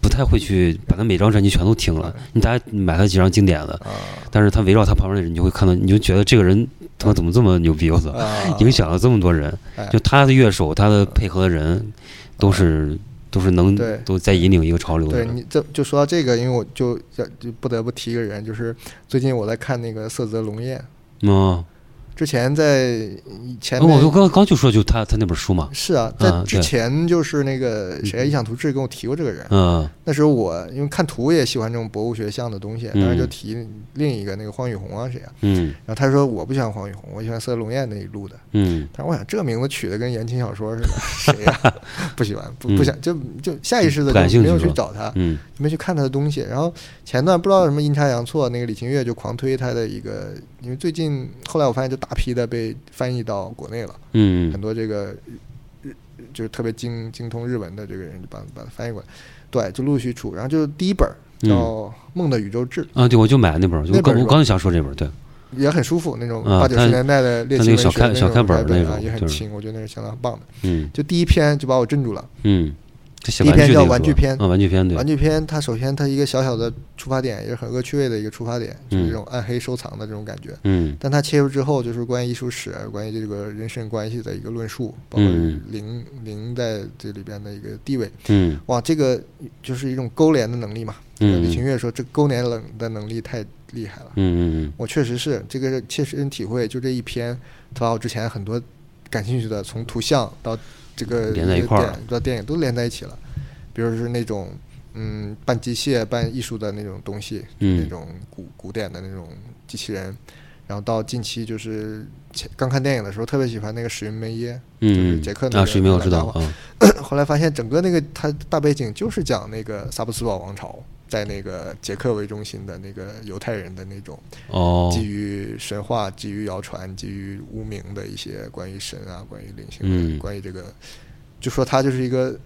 不太会去把他每张专辑全都听了。你大家买他几张经典的，但是他围绕他旁边的人，你就会看到，你就觉得这个人他怎么这么牛逼，我操，影响了这么多人。就他的乐手，他的配合的人，都是能都在引领一个潮流的。 对，你就说到这个，因为我就不得不提一个人，就是最近我在看那个色泽龙彦。之前在前面， 我刚就说就他那本书嘛。 是啊，在之前就是那个谁异想图志跟我提过这个人。那时候我因为看图也喜欢这种博物学向的东西，当时就提另一个那个黄宇红啊谁啊。然后他说我不喜欢黄宇红，我喜欢色泽龙彦那一路的。但是我想这个名字取的跟言情小说似的，谁呀？不喜欢，不想，就下意识的就没有去找他，没去看他的东西。然后前段不知道什么阴差阳错，那个李清月就狂推他的一个，因为最近后来我发现就大批的被翻译到国内了，很多这个就是特别精通日文的这个人就把它翻译过来，对，就陆续出。然后就是第一本叫《梦的宇宙志》 对，我就买那本，我刚想说这本，对， 也很舒服，那种80、90年代的猎奇文学小开本那种， 也很轻，我觉得那是相当棒的。就第一篇就把我镇住了。 第一篇叫玩具篇玩具篇，对， 玩具篇它首先它一个小小的出发点也是很恶趣味的一个出发点，就是这种暗黑收藏的这种感觉。但它切入之后就是关于艺术史、关于这个人神关系的一个论述，包括灵在这里边的一个地位。哇，这个就是一种勾连的能力嘛。李清月说这勾连的能力太厉害了。我确实是这个切身体会，就这一篇他把我之前很多感兴趣的从图像到这个连在一块儿， 到电影都连在一起了。比如是那种半机械半艺术的那种东西，那种古典的那种机器人。然后到近期就是刚看电影的时候特别喜欢那个史云梅耶，就是捷克那个史云梅我知道。 后来发现整个那个它大背景就是讲那个萨布斯堡王朝在那个捷克为中心的那个犹太人的那种基于神话、基于谣传、基于污名的一些关于神啊、关于灵性的、关于这个，就说它就是一个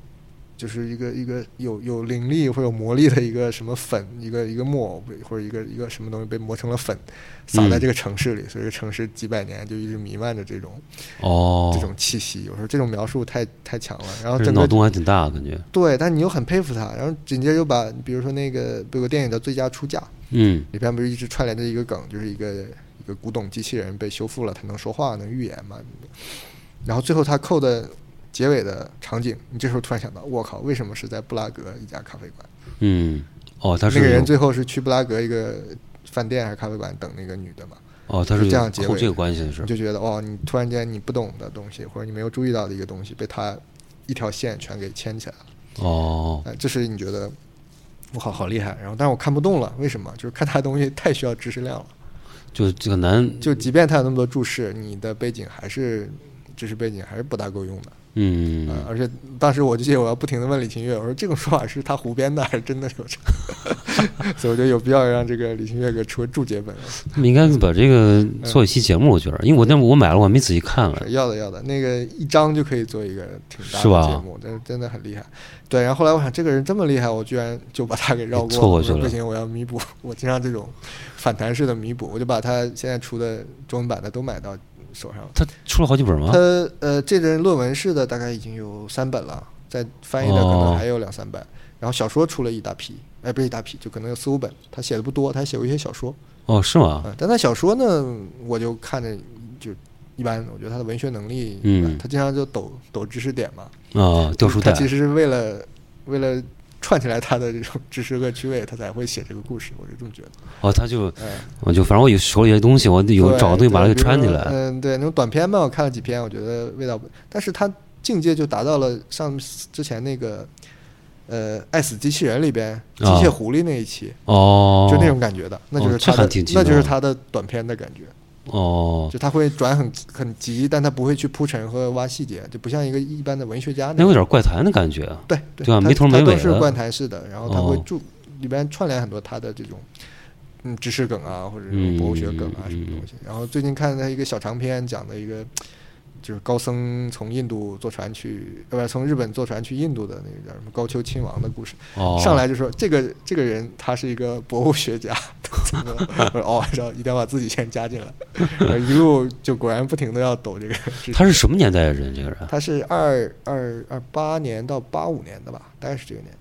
有灵力或者有魔力的一个什么粉，一个木偶或者一个什么东西被磨成了粉，撒在这个城市里，所以这个城市几百年就一直弥漫着这种这种气息。有时候这种描述太强了，然后整个脑洞还挺大感觉。 对，但你又很佩服他，然后紧接着又把比如说那个有个电影叫《最佳出价》，里边不是一直串联着一个梗，就是一个古董机器人被修复了，它能说话能预言嘛，然后最后他扣的结尾的场景，你这时候突然想到，我靠，为什么是在布拉格一家咖啡馆？ 他是那个人最后是去布拉格一个饭店还是咖啡馆等那个女的嘛？ 他是这样结尾， 这个关系的是， 你就觉得你突然间你不懂的东西，或者你没有注意到的一个东西，被他一条线全给牵起来了。这是你觉得我好厉害，然后但是我看不动了，为什么？就是看他的东西太需要知识量了， 就这个难， 就即便他有那么多注释，你的背景还是知识背景还是不大够用的。而且当时我就记得我要不停地问李清月，我说这种说法是他胡编的还是真的有这个？所以我觉得有必要让这个李清月给出个注解本。 你应该把这个做一期节目，我觉得，因为我买了，我还没仔细看了。 要的，那个一章就可以做一个挺大的节目，但是真的很厉害。对，然后后来我想这个人这么厉害，我居然就把他给绕错过去了。 不行，我要弥补，我经常这种反弹式的弥补，我就把他现在出的中文版的都买到手上。 他出了好几本吗？ 他这人论文式的大概已经有3本了，再翻译的可能还有2-3本，然后小说出了一大批，不是一大批，就可能有4-5本。他写的不多，他还写过一些小说。 是吗？ 但他小说呢，我就看着就一般，我觉得他的文学能力一般，他经常就抖知识点嘛。 掉书袋。 他其实是为了串起来他的这种知识恶趣味，他才会写这个故事，我就这么觉得。 他就我就反正我有手里有些东西，我有找个东西把它给串起来。 对，那种短篇嘛，我看了几篇，我觉得味道不，但是他境界就达到了之前那个爱死机器人里边机械狐狸那一期，就那种感觉的，那就是他的短篇的感觉。就他会转很急，但他不会去铺陈和挖细节，就不像一个一般的文学家那有点怪谈的感觉。 对， 没头没尾的， 他都是怪谈式的，然后他会里边串联很多他的这种知识梗啊，或者这种博物学梗啊什么东西。然后最近看他一个小长篇，讲的一个就是高僧从印度坐船去，从日本坐船去印度的那个叫什么高丘亲王的故事。上来就说这个人他是一个博物学家，然后一定要把自己先加进来，一路就果然不停的要抖这个。 他是什么年代的人？这个人？ 他是28年到85年的吧，大概是这个年代。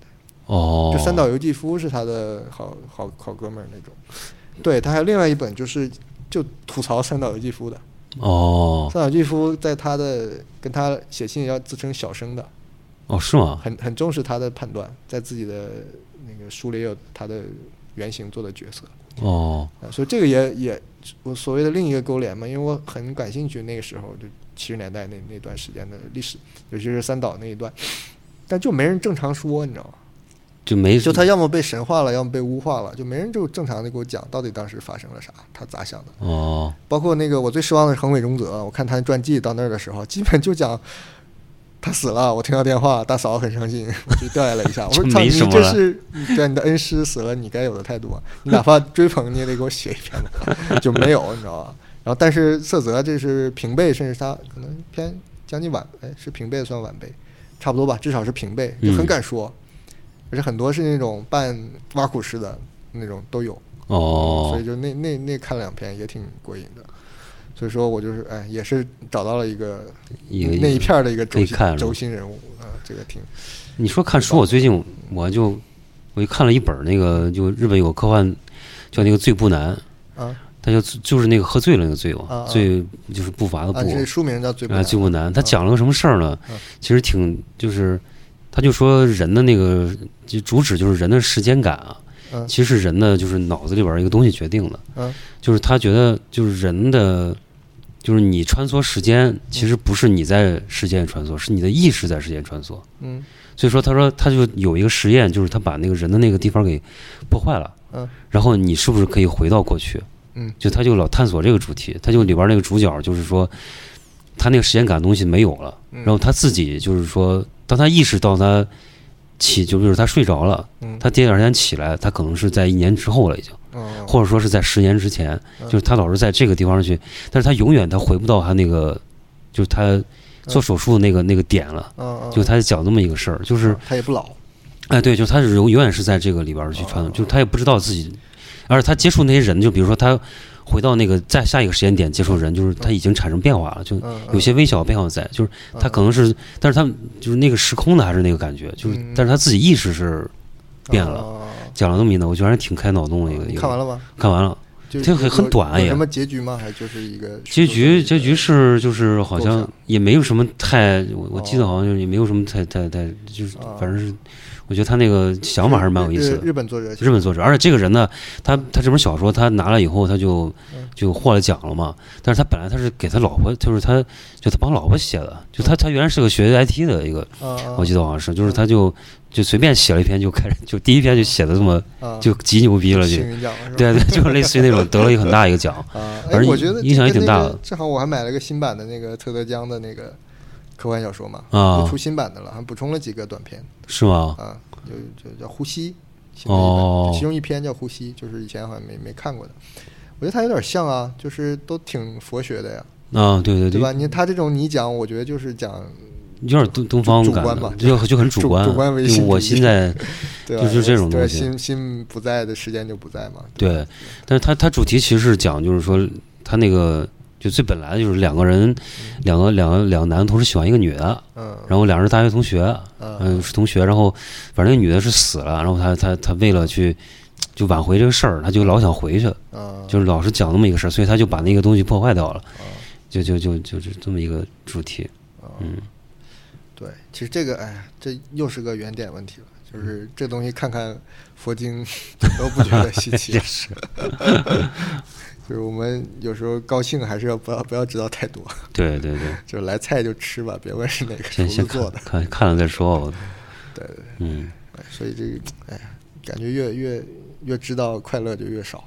就三岛由纪夫是他的好哥们儿那种。对，他还有另外一本就吐槽三岛由纪夫的。三岛由纪夫在他的跟他写信要自称小生的。 是吗？ 很重视他的判断，在自己的那个书里也有他的原型做的角色。所以这个也我所谓的另一个勾连嘛，因为我很感兴趣那个时候就70年代那段时间的历史，尤其是三岛那一段，但就没人正常说，你知道吗？就他要么被神化了，要么被污化了，就没人就正常的给我讲到底当时发生了啥，他咋想的。包括那个我最失望的是横尾中泽，我看他传记到那儿的时候，基本就讲他死了，我听到电话，大嫂很伤心，我就掉下来一下。我说：“操，你这是对你的恩师死了，你该有的态度啊！你哪怕追捧，你也得给我写一篇的。”就没有，你知道吧？然后，但是色泽这是平辈，甚至他可能偏将近晚，是平辈算晚辈，差不多吧，至少是平辈，就很敢说。而且很多是那种半挖苦式的那种都有。所以就那看了2篇也挺过瘾的。所以说我就是也是找到了一个那一片的一个轴心人物这个挺。 你说看书，我最近我就看了一本那个，就日本有个科幻叫那个醉不难他就是那个喝醉了那个醉醉就是步伐的步这书名叫醉不难。他讲了个什么事儿呢？其实挺就是他就说人的那个就主旨就是人的时间感其实是人的就是脑子里边一个东西决定的就是他觉得就是人的。就是你穿梭时间，其实不是你在时间穿梭，是你的意识在时间穿梭。所以说他说他就有一个实验，就是他把那个人的那个地方给破坏了。然后你是不是可以回到过去？就他就老探索这个主题，他就里边那个主角就是说，他那个时间感的东西没有了，然后他自己就是说，当他意识到他就比如他睡着了，他第二天起来，他可能是在1年之后了已经。或者说是在10年之前，就是他老是在这个地方去，但是他永远他回不到他那个，就是他做手术的那个点了。就他讲这么一个事儿，就是他也不老。 对，就是他是永远是在这个里边去穿，就是他也不知道自己，而且他接触那些人，就比如说他回到那个在下一个时间点接触人，就是他已经产生变化了，就有些微小的变化在，就是他可能是，但是他就是那个时空的还是那个感觉，就是但是他自己意识是变了。讲了那么一呢，我觉得还挺开脑洞的一个。你看完了吗？ 看完了，这个很短也。 有什么结局吗？还就是一个结局是就是好像也没有什么太，我记得好像也没有什么太，就是反正是，我觉得他那个想法还是蛮有意思的。 日本作者， 而且这个人呢，他这本小说他拿了以后，他就获了奖了嘛。但是他本来他是给他老婆，就是他帮老婆写的，就他原来是个学 IT 的一个，我记得好像是，就是他就随便写了一篇，就开始就第一篇就写的这么就极牛逼了，就对，就类似于那种得了一个很大一个奖反正我觉得影响也挺大的。 正好我还买了个新版的那个特德·江的那个科幻小说嘛，就出新版的了，还补充了几个短篇。 是吗？ 就叫呼吸，其中一篇叫呼吸，就是以前好像没看过的。我觉得它有点像就是都挺佛学的呀。对吧？他这种你讲，我觉得就是讲。 有点东方感嘛，就很主观唯心。 我现在就是这种东西，心不在的时间就不在嘛。 对，但是他主题其实是讲，就是说他那个就最本来的就是两个人，两个男的同时喜欢一个女的，然后两人是大学同学，是同学，然后反正那女的是死了，然后他为了去就挽回这个事儿，他就老想回去，就是老是讲那么一个事儿，所以他就把那个东西破坏掉了，就是这么一个主题， 对，其实这个这又是个原点问题了，就是这东西看看佛经都不觉得稀奇。 是， 就是我们有时候高兴还是要不要知道太多。 对， 就是来菜就吃吧，别问是哪个厨子做的， 看了再说。 对，所以这个感觉越知道快乐就越少。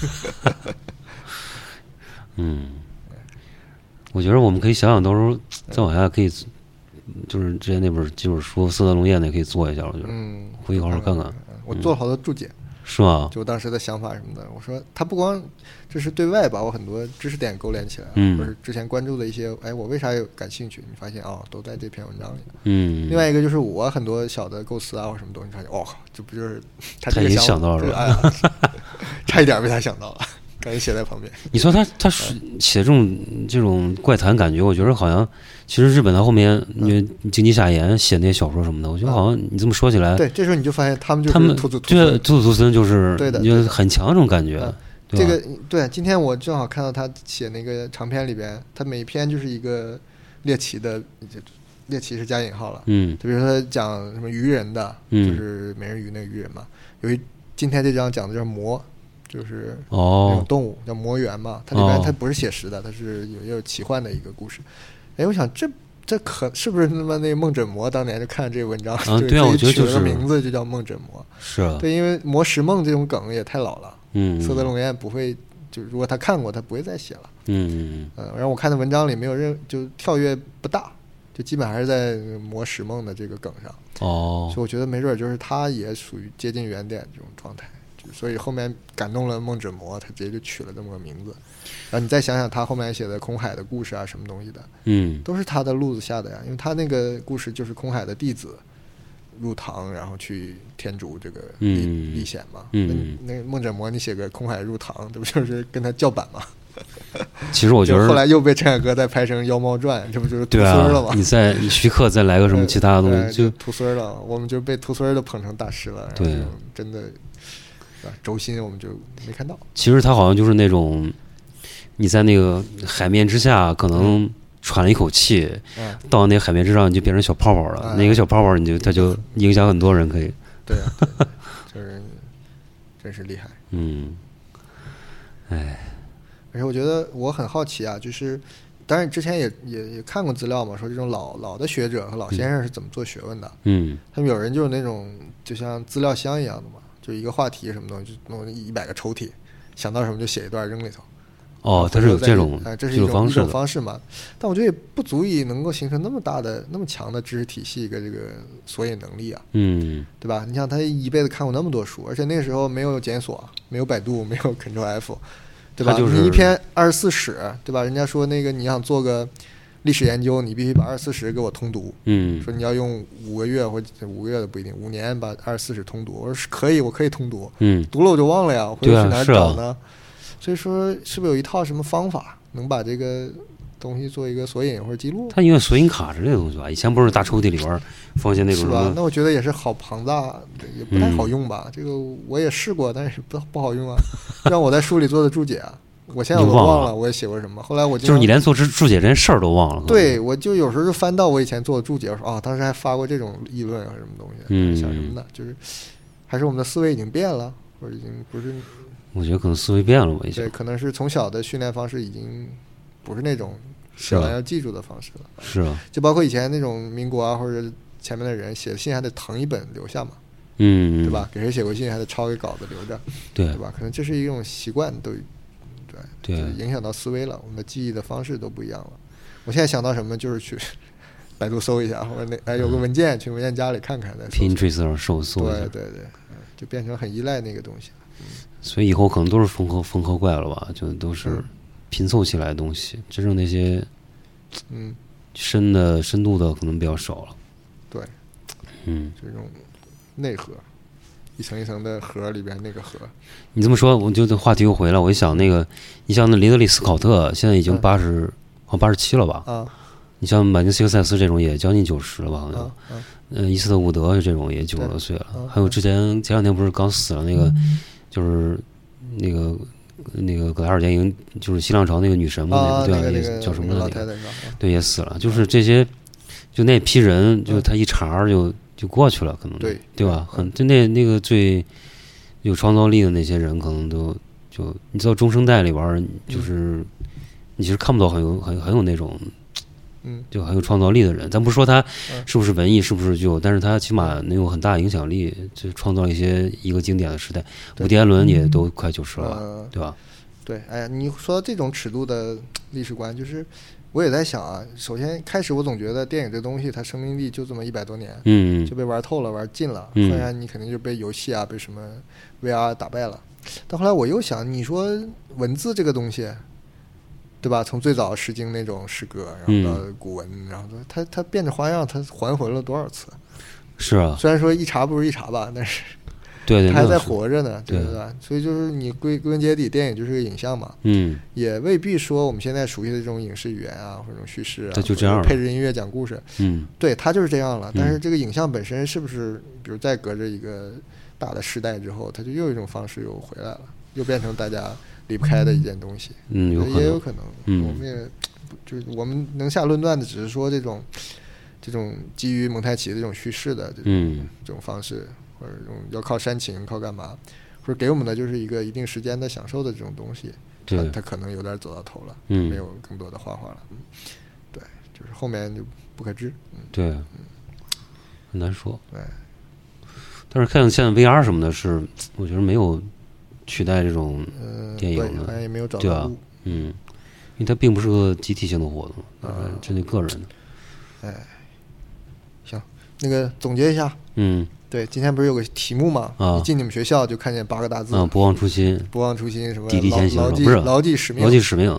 我觉得我们可以想想，到时候再往下可以。就是之前那本书《色泽龙焰》也可以做一下，我觉得回去好好看看。 我做了好多注解， 是吗？ 就当时的想法什么的。我说他不光这是对外把我很多知识点勾连起来，或者之前关注的一些，我为啥有感兴趣？你发现都在这篇文章里。另外一个就是我很多小的构思或者什么东西，发现这不就是他这个想到了， 差一点被他想到了， 赶紧写在旁边。 你说他写这种怪谈感觉，我觉得好像其实日本他后面经济下言写那些小说什么的，我觉得好像你这么说起来， 对，这时候你就发现他们就是土佐图森就是对的， 就很强这种感觉。 这个对，今天我正好看到他写那个长篇里边，他每一篇就是一个猎奇的，猎奇是加引号了，就比如说他讲什么鱼人的，就是美人鱼那个鱼人嘛。今天这章讲的叫魔，就是那种动物叫魔猿嘛，它里边它不是写实的，它是有奇幻的一个故事。哎，我想这是不是他妈那个梦枕魔当年就看这个文章， 对啊，我觉得取了个名字就叫梦枕魔。 是啊， 对，因为魔石梦这种梗也太老了。色泽龙彦不会，就如果他看过，他不会再写了。然后我看的文章里没有就跳跃不大，就基本还是在魔石梦的这个梗上。所以我觉得没准就是他也属于接近原点这种状态，所以后面感动了梦枕魔，他直接就取了这么个名字。然后你再想想他后面写的空海的故事啊，什么东西的，都是他的路子下的呀，因为他那个故事就是空海的弟子入唐，然后去天竺这个历险嘛。那梦枕魔你写个空海入唐，这不就是跟他叫板吗？ 其实我觉得后来又被陈凯歌再拍成《妖猫传》，这不就是屠孙了吗？ 你徐克再来个什么其他的东西，就屠孙了。我们就被屠孙的捧成大师了。 对， 真的，轴心我们就没看到。 其实他好像就是那种你在那个海面之下可能喘了一口气，到那个海面之上你就变成小泡泡了。那个小泡泡它就影响很多人，可以。 对啊，就是真是厉害。而且我觉得我很好奇啊，就是当然之前也看过资料嘛，说这种老的学者和老先生是怎么做学问的。他们有人就是那种就像资料箱一样的嘛，就一个话题什么东西就弄100个抽屉，想到什么就写一段扔里头。 它是有这种这是一种方式嘛。但我觉得也不足以能够形成那么强的知识体系跟这个索引能力啊。对吧？你想他一辈子看过那么多书，而且那个时候没有检索，没有百度，没有 Ctrl+F。对吧？你一篇24史，对吧？人家说那个你想做个历史研究，你必须把24史给我通读。说你要用5个月或者5个月的不一定，5年把24史通读。我说是可以，我可以通读。读了我就忘了呀，我回去去哪找呢？所以说是不是有一套什么方法能把这个东西做一个索引或者记录？ 它应该索引卡之类的东西吧？以前不是大抽屉里边放些那种是吧？那我觉得也是好庞大，也不太好用吧。这个我也试过，但是不好用啊。让我在书里做的注解啊，我现在我都忘了我也写过什么。后来我就是你连做注解这件事儿都忘了。 对，我就有时候就翻到我以前做的注解，我说当时还发过这种议论啊什么东西，想什么呢？就是还是我们的思维已经变了，或者已经不是。 我觉得可能思维变了吧， 对，可能是从小的训练方式已经不是那种写完要记住的方式了。 是啊， 就包括以前那种民国啊或者前面的人写的信还得誊一本留下嘛，对吧？给谁写过信还得抄一稿子留着，对吧？可能这是一种习惯，对，影响到思维了，我们的记忆的方式都不一样了。我现在想到什么就是去百度搜一下，或者有个文件去文件夹里看看再搜。 Pinterest 上搜一下。 对，就变成很依赖那个东西了。 所以以后可能都是缝合怪了吧，就都是拼凑起来的东西，真正那些深度的可能比较少了。 对，这种内核一层一层的核里边那个核。 你这么说我就话题又回来，我一想那个你像那林德利·斯考特现在已经87了吧？你像马丁·斯科塞斯这种也将近90了吧？好像伊斯特伍德这种也90多岁了，还有前两天不是刚死了那个就是那个葛达尔电影就是新浪潮那个女神嘛，对吧？也叫什么那个？对，也死了。就是这些，就那批人，就他一茬就过去了，可能对吧？就那个最有创造力的那些人，可能都就你知道中生代里边，就是你其实看不到很有那种。就很有创造力的人，咱不说他是不是文艺，是不是就，但是他起码能有很大影响力，就创造了一个经典的时代。伍迪·艾伦也都快90了吧，对吧？ 对，哎呀，你说到这种尺度的历史观，就是我也在想啊。首先开始我总觉得电影这东西它生命力就这么100多年，就被玩透了，玩尽了。后来你肯定就被游戏啊，被什么 VR 打败了。但后来我又想，你说文字这个东西。对吧？从最早《诗经》那种诗歌，然后到古文，然后它变着花样，它还魂了多少次？ 是啊， 虽然说一茬不如一茬吧，但是对， 他还在活着呢，对吧？所以就是你归根结底，电影就是个影像嘛，也未必说我们现在熟悉的这种影视语言啊，或者这种叙事啊， 就这样了， 配置音乐讲故事，对，它就是这样了。但是这个影像本身是不是，比如再隔着一个大的时代之后，它就又一种方式又回来了，又变成大家离不开的一件东西，也有可能，我们也就是我们能下论断的，只是说这种基于蒙太奇的这种叙事的这种方式，或者这种要靠煽情靠干嘛，或者给我们的就是一个一定时间的享受的这种东西，它可能有点走到头了，没有更多的画了，对，就是后面就不可知， 对，很难说，对。但是看像 VR 什么的，是我觉得没有取代这种电影的， 好像也没有找到路， 因为它并不是个集体性的活动，针对个人的。 行，那个总结一下，对，今天不是有个题目嘛？一进你们学校就看见8个大字， 不忘初心， 不忘初心，什么砥砺前行， 牢记使命， 牢记使命，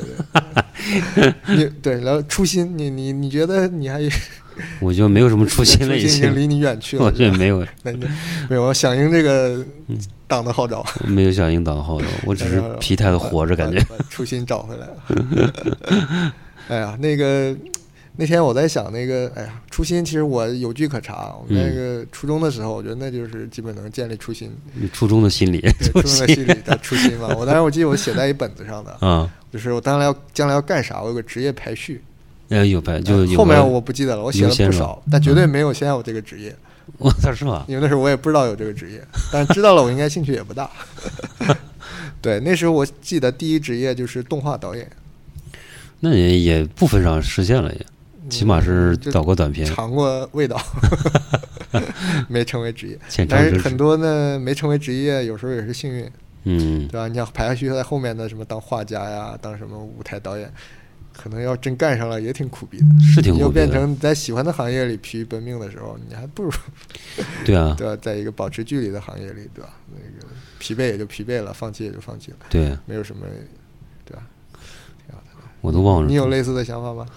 对，对，然后初心，你觉得你还？ 我就没有什么初心了， 已经离你远去了。 我觉得没有， 没有响应这个党的号召， 没有响应党的号召，我只是疲态的活着，感觉把初心找回来了。哎呀，那天我在想初心，其实我有据可查。我那个初中的时候，我觉得那就是基本能建立初心。 初中的心理， 初中的心理的初心嘛。我记得我写在一本子上的，就是我将来要干啥，我有个职业排序。 有排就有后面我不记得了，我写了不少，但绝对没有先有这个职业。 我操，是吧？ 因为那时候我也不知道有这个职业，但是知道了，我应该兴趣也不大。对，那时候我记得第一职业就是动画导演。 那也部分上实现了，也起码是导过短片， 尝过味道，没成为职业。但是很多呢没成为职业，有时候也是幸运，对吧？你像排序在后面的什么当画家呀，当什么舞台导演。可能要真干上了也挺苦逼的， 是挺苦逼的。 又变成在喜欢的行业里疲于奔命的时候，你还不如对啊， 对吧？在一个保持距离的行业里，对吧？那个疲惫也就疲惫了，放弃也就放弃了， 对， 没有什么，对吧？挺好的。 我都忘了。 你有类似的想法吗？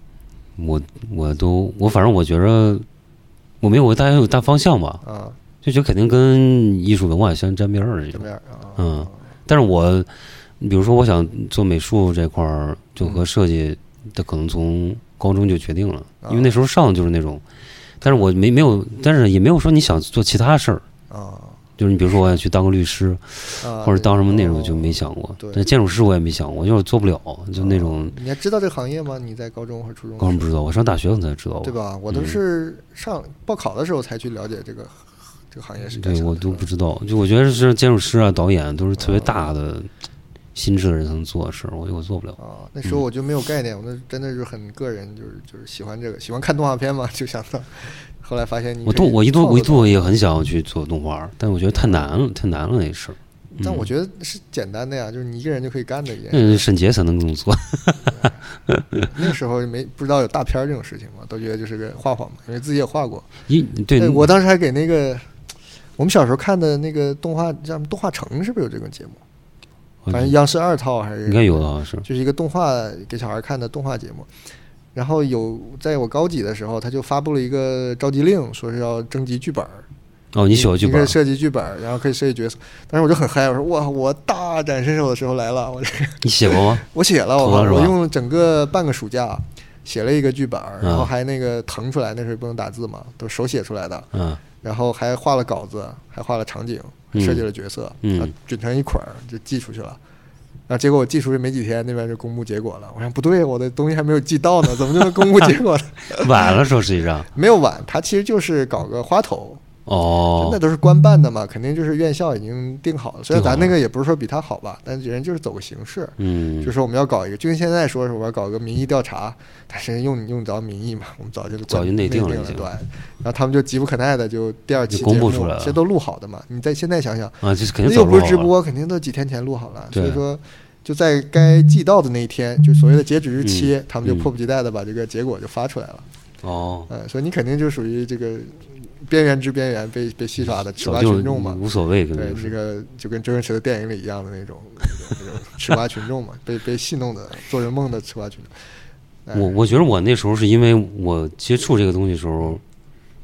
我反正我觉着我没有大家有大方向吧，就觉得肯定跟艺术文化相沾边儿的这种，但是我。比如说，我想做美术这块儿，就和设计的可能从高中就决定了，因为那时候上的就是那种，但是我没有，但是也没有说你想做其他事儿就是你比如说我想去当个律师，或者当什么那种就没想过。但建筑师我也没想过，就是做不了，就那种。 你还知道这个行业吗？你在高中或初中？ 高中不知道，我上大学我才知道。 对吧？我都是上报考的时候才去了解这个行业是干啥的。 对，我都不知道。就我觉得是建筑师啊、导演都是特别大的。心智的人才能做的事，我做不了那时候我就没有概念，我那真的是很个人，就是喜欢这个，喜欢看动画片嘛，就想到。后来发现我一度也很想去做动画，但我觉得太难了那事儿。 但我觉得是简单的呀，就是你一个人就可以干的一件事。 沈杰才能这么做。 那时候不知道有大片这种事情嘛，都觉得就是个画嘛，因为自己也画过。 对， 我当时还给那个我们小时候看的那个动画，叫动画城，是不是有这个节目？反正央视2套还是应该有的，好像是就是一个动画给小孩看的动画节目。然后在我高几的时候，他就发布了一个召集令，说是要征集剧本。 你写剧本， 你可以设计剧本，然后可以设计角色。当时我就很嗨，我说哇，我大展身手的时候来了。 你写过吗？ 我写了，我用了整个半个暑假写了一个剧本，然后还那个腾出来，那时候不能打字嘛，都手写出来的。然后还画了稿子，还画了场景。设计了角色，卷成一捆就寄出去了。然后结果我寄出去没几天，那边就公布结果了。我想不对，我的东西还没有寄到呢，怎么就能公布结果了？ 晚了，说实际上没有晚，他其实就是搞个花头。那都是官办的嘛，肯定就是院校已经定好了。虽然咱那个也不是说比他好吧，但人就是走个形式。就是说我们要搞一个，就跟现在说是我要搞个民意调查，但是用着民意嘛，我们早就内定了， 对。然后他们就急不可耐的就第2期公布出来了， 其实都录好的嘛。你在现在想想这肯定又不是直播，肯定都几天前录好了。所以说就在该寄到的那一天，就所谓的截止日期，他们就迫不及待的把这个结果就发出来了。所以你肯定就属于这个边缘之边缘被戏耍的吃瓜群众嘛， 无所谓。 对，这个就跟周星驰的电影里一样的那种吃瓜群众嘛，被戏弄的做人梦的吃瓜群众。 我觉得我那时候是因为我接触这个东西的时候，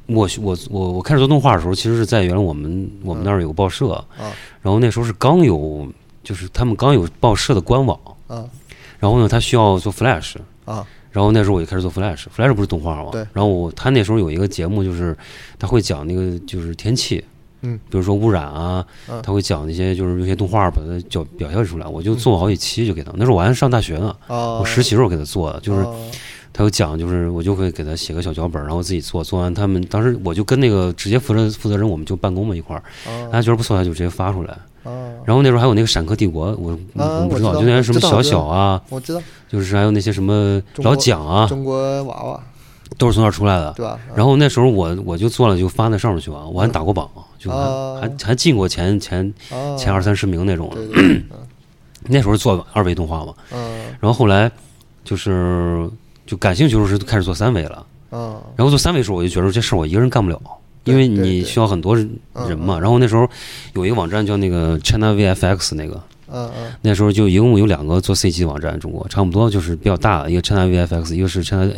我开始做动画的时候，其实是在原来我们那儿有个报社啊，然后那时候是刚有，就是他们刚有报社的官网啊，然后呢，他需要做 Flash 啊。然后那时候我就开始做 Flash 不是动画嘛？对。然后他那时候有一个节目，就是他会讲那个就是天气，比如说污染啊，他会讲那些就是用些动画把它表现出来。我就做好几期就给他。那时候我还上大学呢，我实习时候给他做的，就是他有讲，就是我就会给他写个小脚本，然后自己做。做完他们当时我就跟那个直接负责人，我们就办公嘛一块儿，他觉得不错，他就直接发出来。然后那时候还有那个闪客帝国，我不知道，就那些什么小小啊， 我知道， 就是还有那些什么老蒋啊， 中国娃娃， 都是从那儿出来的， 对吧？ 然后那时候我就做了，就发那上面去了，我还打过榜，就还进过前20-30名那种的。那时候做2维动画嘛，然后后来就感兴趣的时候是开始做3维了，然后做3维的时候我就觉得这事儿我一个人干不了。因为你需要很多人嘛，然后那时候有一个网站叫那个 China VFX 那个，那时候就一共有2个做 CG 网站，中国差不多就是比较大的，一个 China VFX， 一个是 China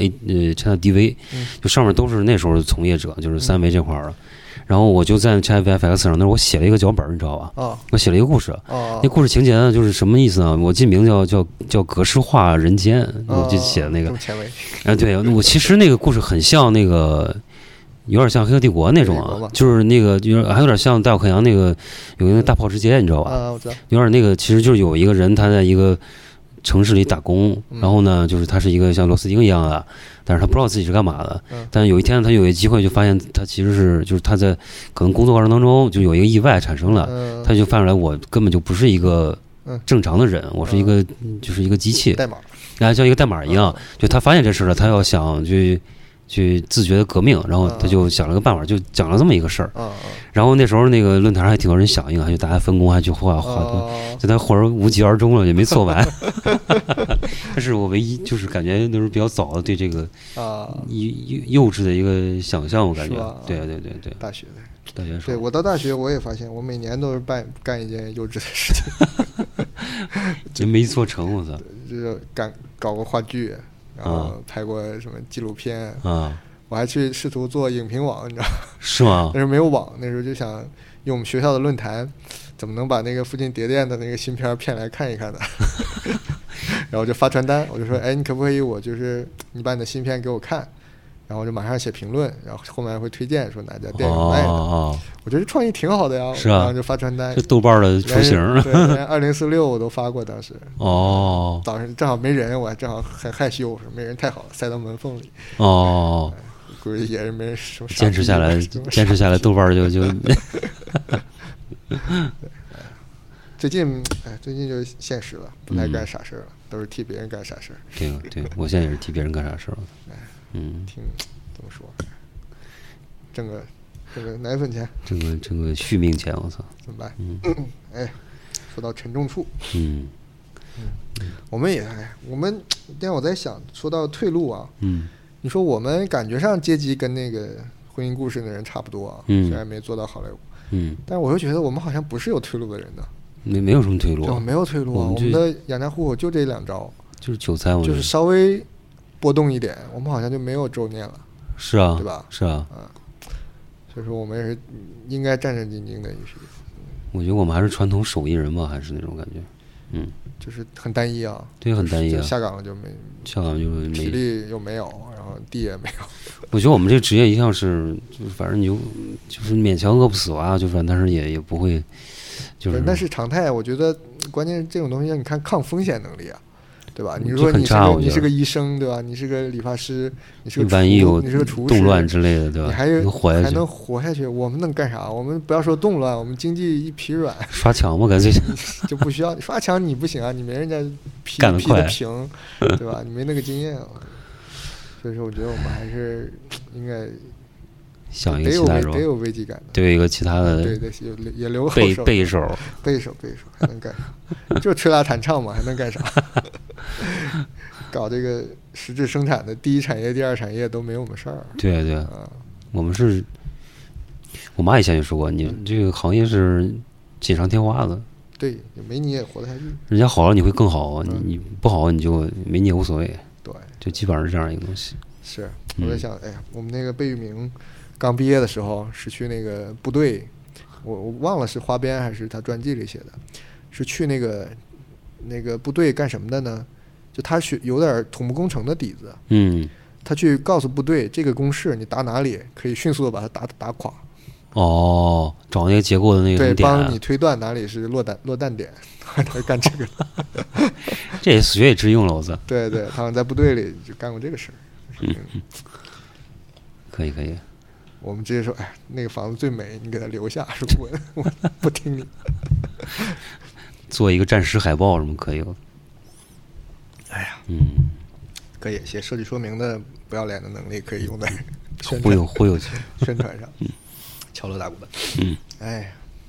DV， 就上面都是那时候的从业者，就是3维这块的。然后我就在 China VFX 上，那时候我写了一个脚本，你知道吧？我写了一个故事，那故事情节呢就是什么意思呢？我记名叫格式化人间，我就写的那个。对，我其实那个故事很像那个。有点像黑客帝国那种啊，就是那个还有点像大有克洋那个有一个大炮之街，你知道吧？ 我知道。 有点那个，其实就是有一个人他在一个城市里打工，然后呢，就是他是一个像螺丝钉一样的，但是他不知道自己是干嘛的。但有一天他有一个机会，就发现他其实是就是他在可能工作过程当中就有一个意外产生了，他就发现出来我根本就不是一个正常的人，我是一个就是一个机器， 代码， 然后像一个代码一样，就他发现这事了，他要想去自觉的革命，然后他就想了个办法，就讲了这么一个事儿。然后那时候那个论坛还挺多人响应，还就大家分工，还去画，就他活儿无疾而终了，也没做完。但是我唯一就是感觉那时候比较早的对这个幼稚的一个想象，我感觉，对。 大学时候， 对我到大学我也发现，我每年都是干一件幼稚的事情， 就没做成，我操， 就是搞过话剧。然后拍过什么纪录片我还去试图做影评网，你知道是吗？ 那时候没有网，那时候就想用我们学校的论坛，怎么能把那个附近碟店的那个新片骗来看一看的。然后就发传单，我就说，哎，你可不可以就是你把你的新片给我看，然后我就马上写评论，然后后面会推荐说哪家店有卖的。我觉得创意挺好的呀， 是啊， 然后就发传单， 这豆瓣的雏形。 对，2046我都发过，当时。早上正好没人，我还正好很害羞，说没人太好了，塞到门缝里。估计也是没人什么。 坚持下来，豆瓣就。 最近就现实了，不太干傻事了，都是替别人干傻事。 对，我现在也是替别人干傻事了。 怎么说？挣个奶粉钱， 挣个续命钱，我操！ 怎么办？说到沉重处，我们但我在想，说到退路啊，你说我们感觉上阶级跟那个婚姻故事的人差不多啊，虽然没做到好莱坞，但我又觉得我们好像不是有退路的人呢。 没有什么退路， 没有退路啊！我们的养家糊口就这2招， 就是韭菜， 就是稍微波动一点，我们好像就没有周念了。 是啊， 对吧？ 是啊， 所以说我们也是应该战战兢兢的一批。 我觉得我们还是传统手艺人吧，还是那种感觉， 就是很单一啊。 对，很单一啊。 下岗了就没，体力又没有，然后地也没有。 我觉得我们这个职业一向是，就是反正就是勉强饿不死啊，就反正但是也不会。 那是常态，我觉得关键是这种东西，你看抗风险能力啊，对吧？你说你是个医生，对吧？你是个理发师，你是个万一有你是个厨师， 动乱之类的，对吧？ 你还能活下去，我们能干啥？我们不要说动乱，我们经济一疲软， 刷墙嘛，干脆就不需要你刷墙，你不行啊，你没人家劈得平，对吧？你没那个经验啊。所以说，我觉得我们还是应该。 想一个其他得有危机感的， 得有一个其他的， 对，也留后手， 背手还能干啥？就吹拉弹唱嘛，还能干啥？搞这个实质生产的第一产业、第二产业都没我们事儿。 对，我们是，我妈以前就说过，你这个行业是锦上添花的。 对，没你也活得下去。 人家好了你会更好，你不好你就没你也无所谓。 对， 就基本上是这样一个东西。 是，我在想，哎呀，我们那个贝聿铭。 刚毕业的时候是去那个部队，我忘了是花边还是他传记里写的，是去那个部队干什么的呢？就他有点土木工程的底子，他去告诉部队这个公式你打哪里可以迅速的把它打垮。 哦，找那个结构的那个对， 点， 帮你推断哪里是落弹点，他干这个。 这也学以致用了，我操！ 对对，他们在部队里就干过这个事儿。 可以。 我们直接说，哎，那个房子最美，你给他留下，是我不听你。 做一个战时海报什么可以了。 哎呀，可以写设计说明的不要脸的能力可以用在忽悠去宣传上。敲锣打鼓的。哎呀，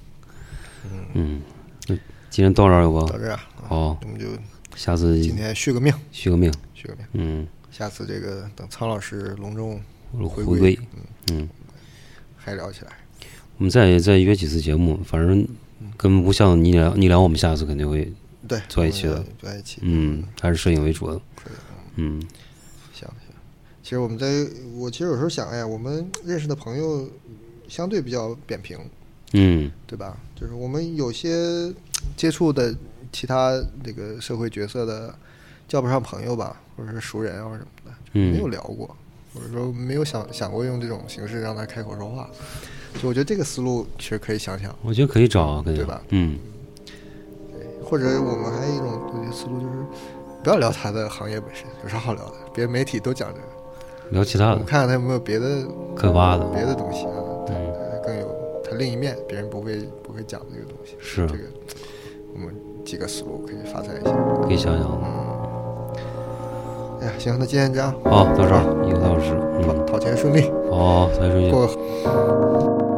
今天到这儿有吧？ 到这儿啊。 好， 我们就下次今天续个命。 下次这个等苍老师隆重回归， 还聊起来。 我们再约几次节目，反正跟不像你俩，我们下次肯定会对坐一起的， 坐一起。 还是摄影为主的。 行。其实我其实有时候想，我们认识的朋友相对比较扁平，对吧？就是我们有些接触的其他这个社会角色的叫不上朋友吧，或者是熟人啊什么的，就没有聊过，或者说没有想过用这种形式让他开口说话。所以我觉得这个思路其实可以想想， 我觉得可以找， 对吧？对，或者我们还有一种思路就是不要聊他的行业本身，有啥好聊的？别的媒体都讲这个， 聊其他的， 我们看看他有没有别的可挖的别的东西啊，更有他另一面，别人不会讲的这个东西。 是这个，我们几个思路可以发散一下， 可以想想。 哎呀，行，那今天这样， 好，到这儿1个多小时， 讨钱顺利， 好，讨钱顺利， 过。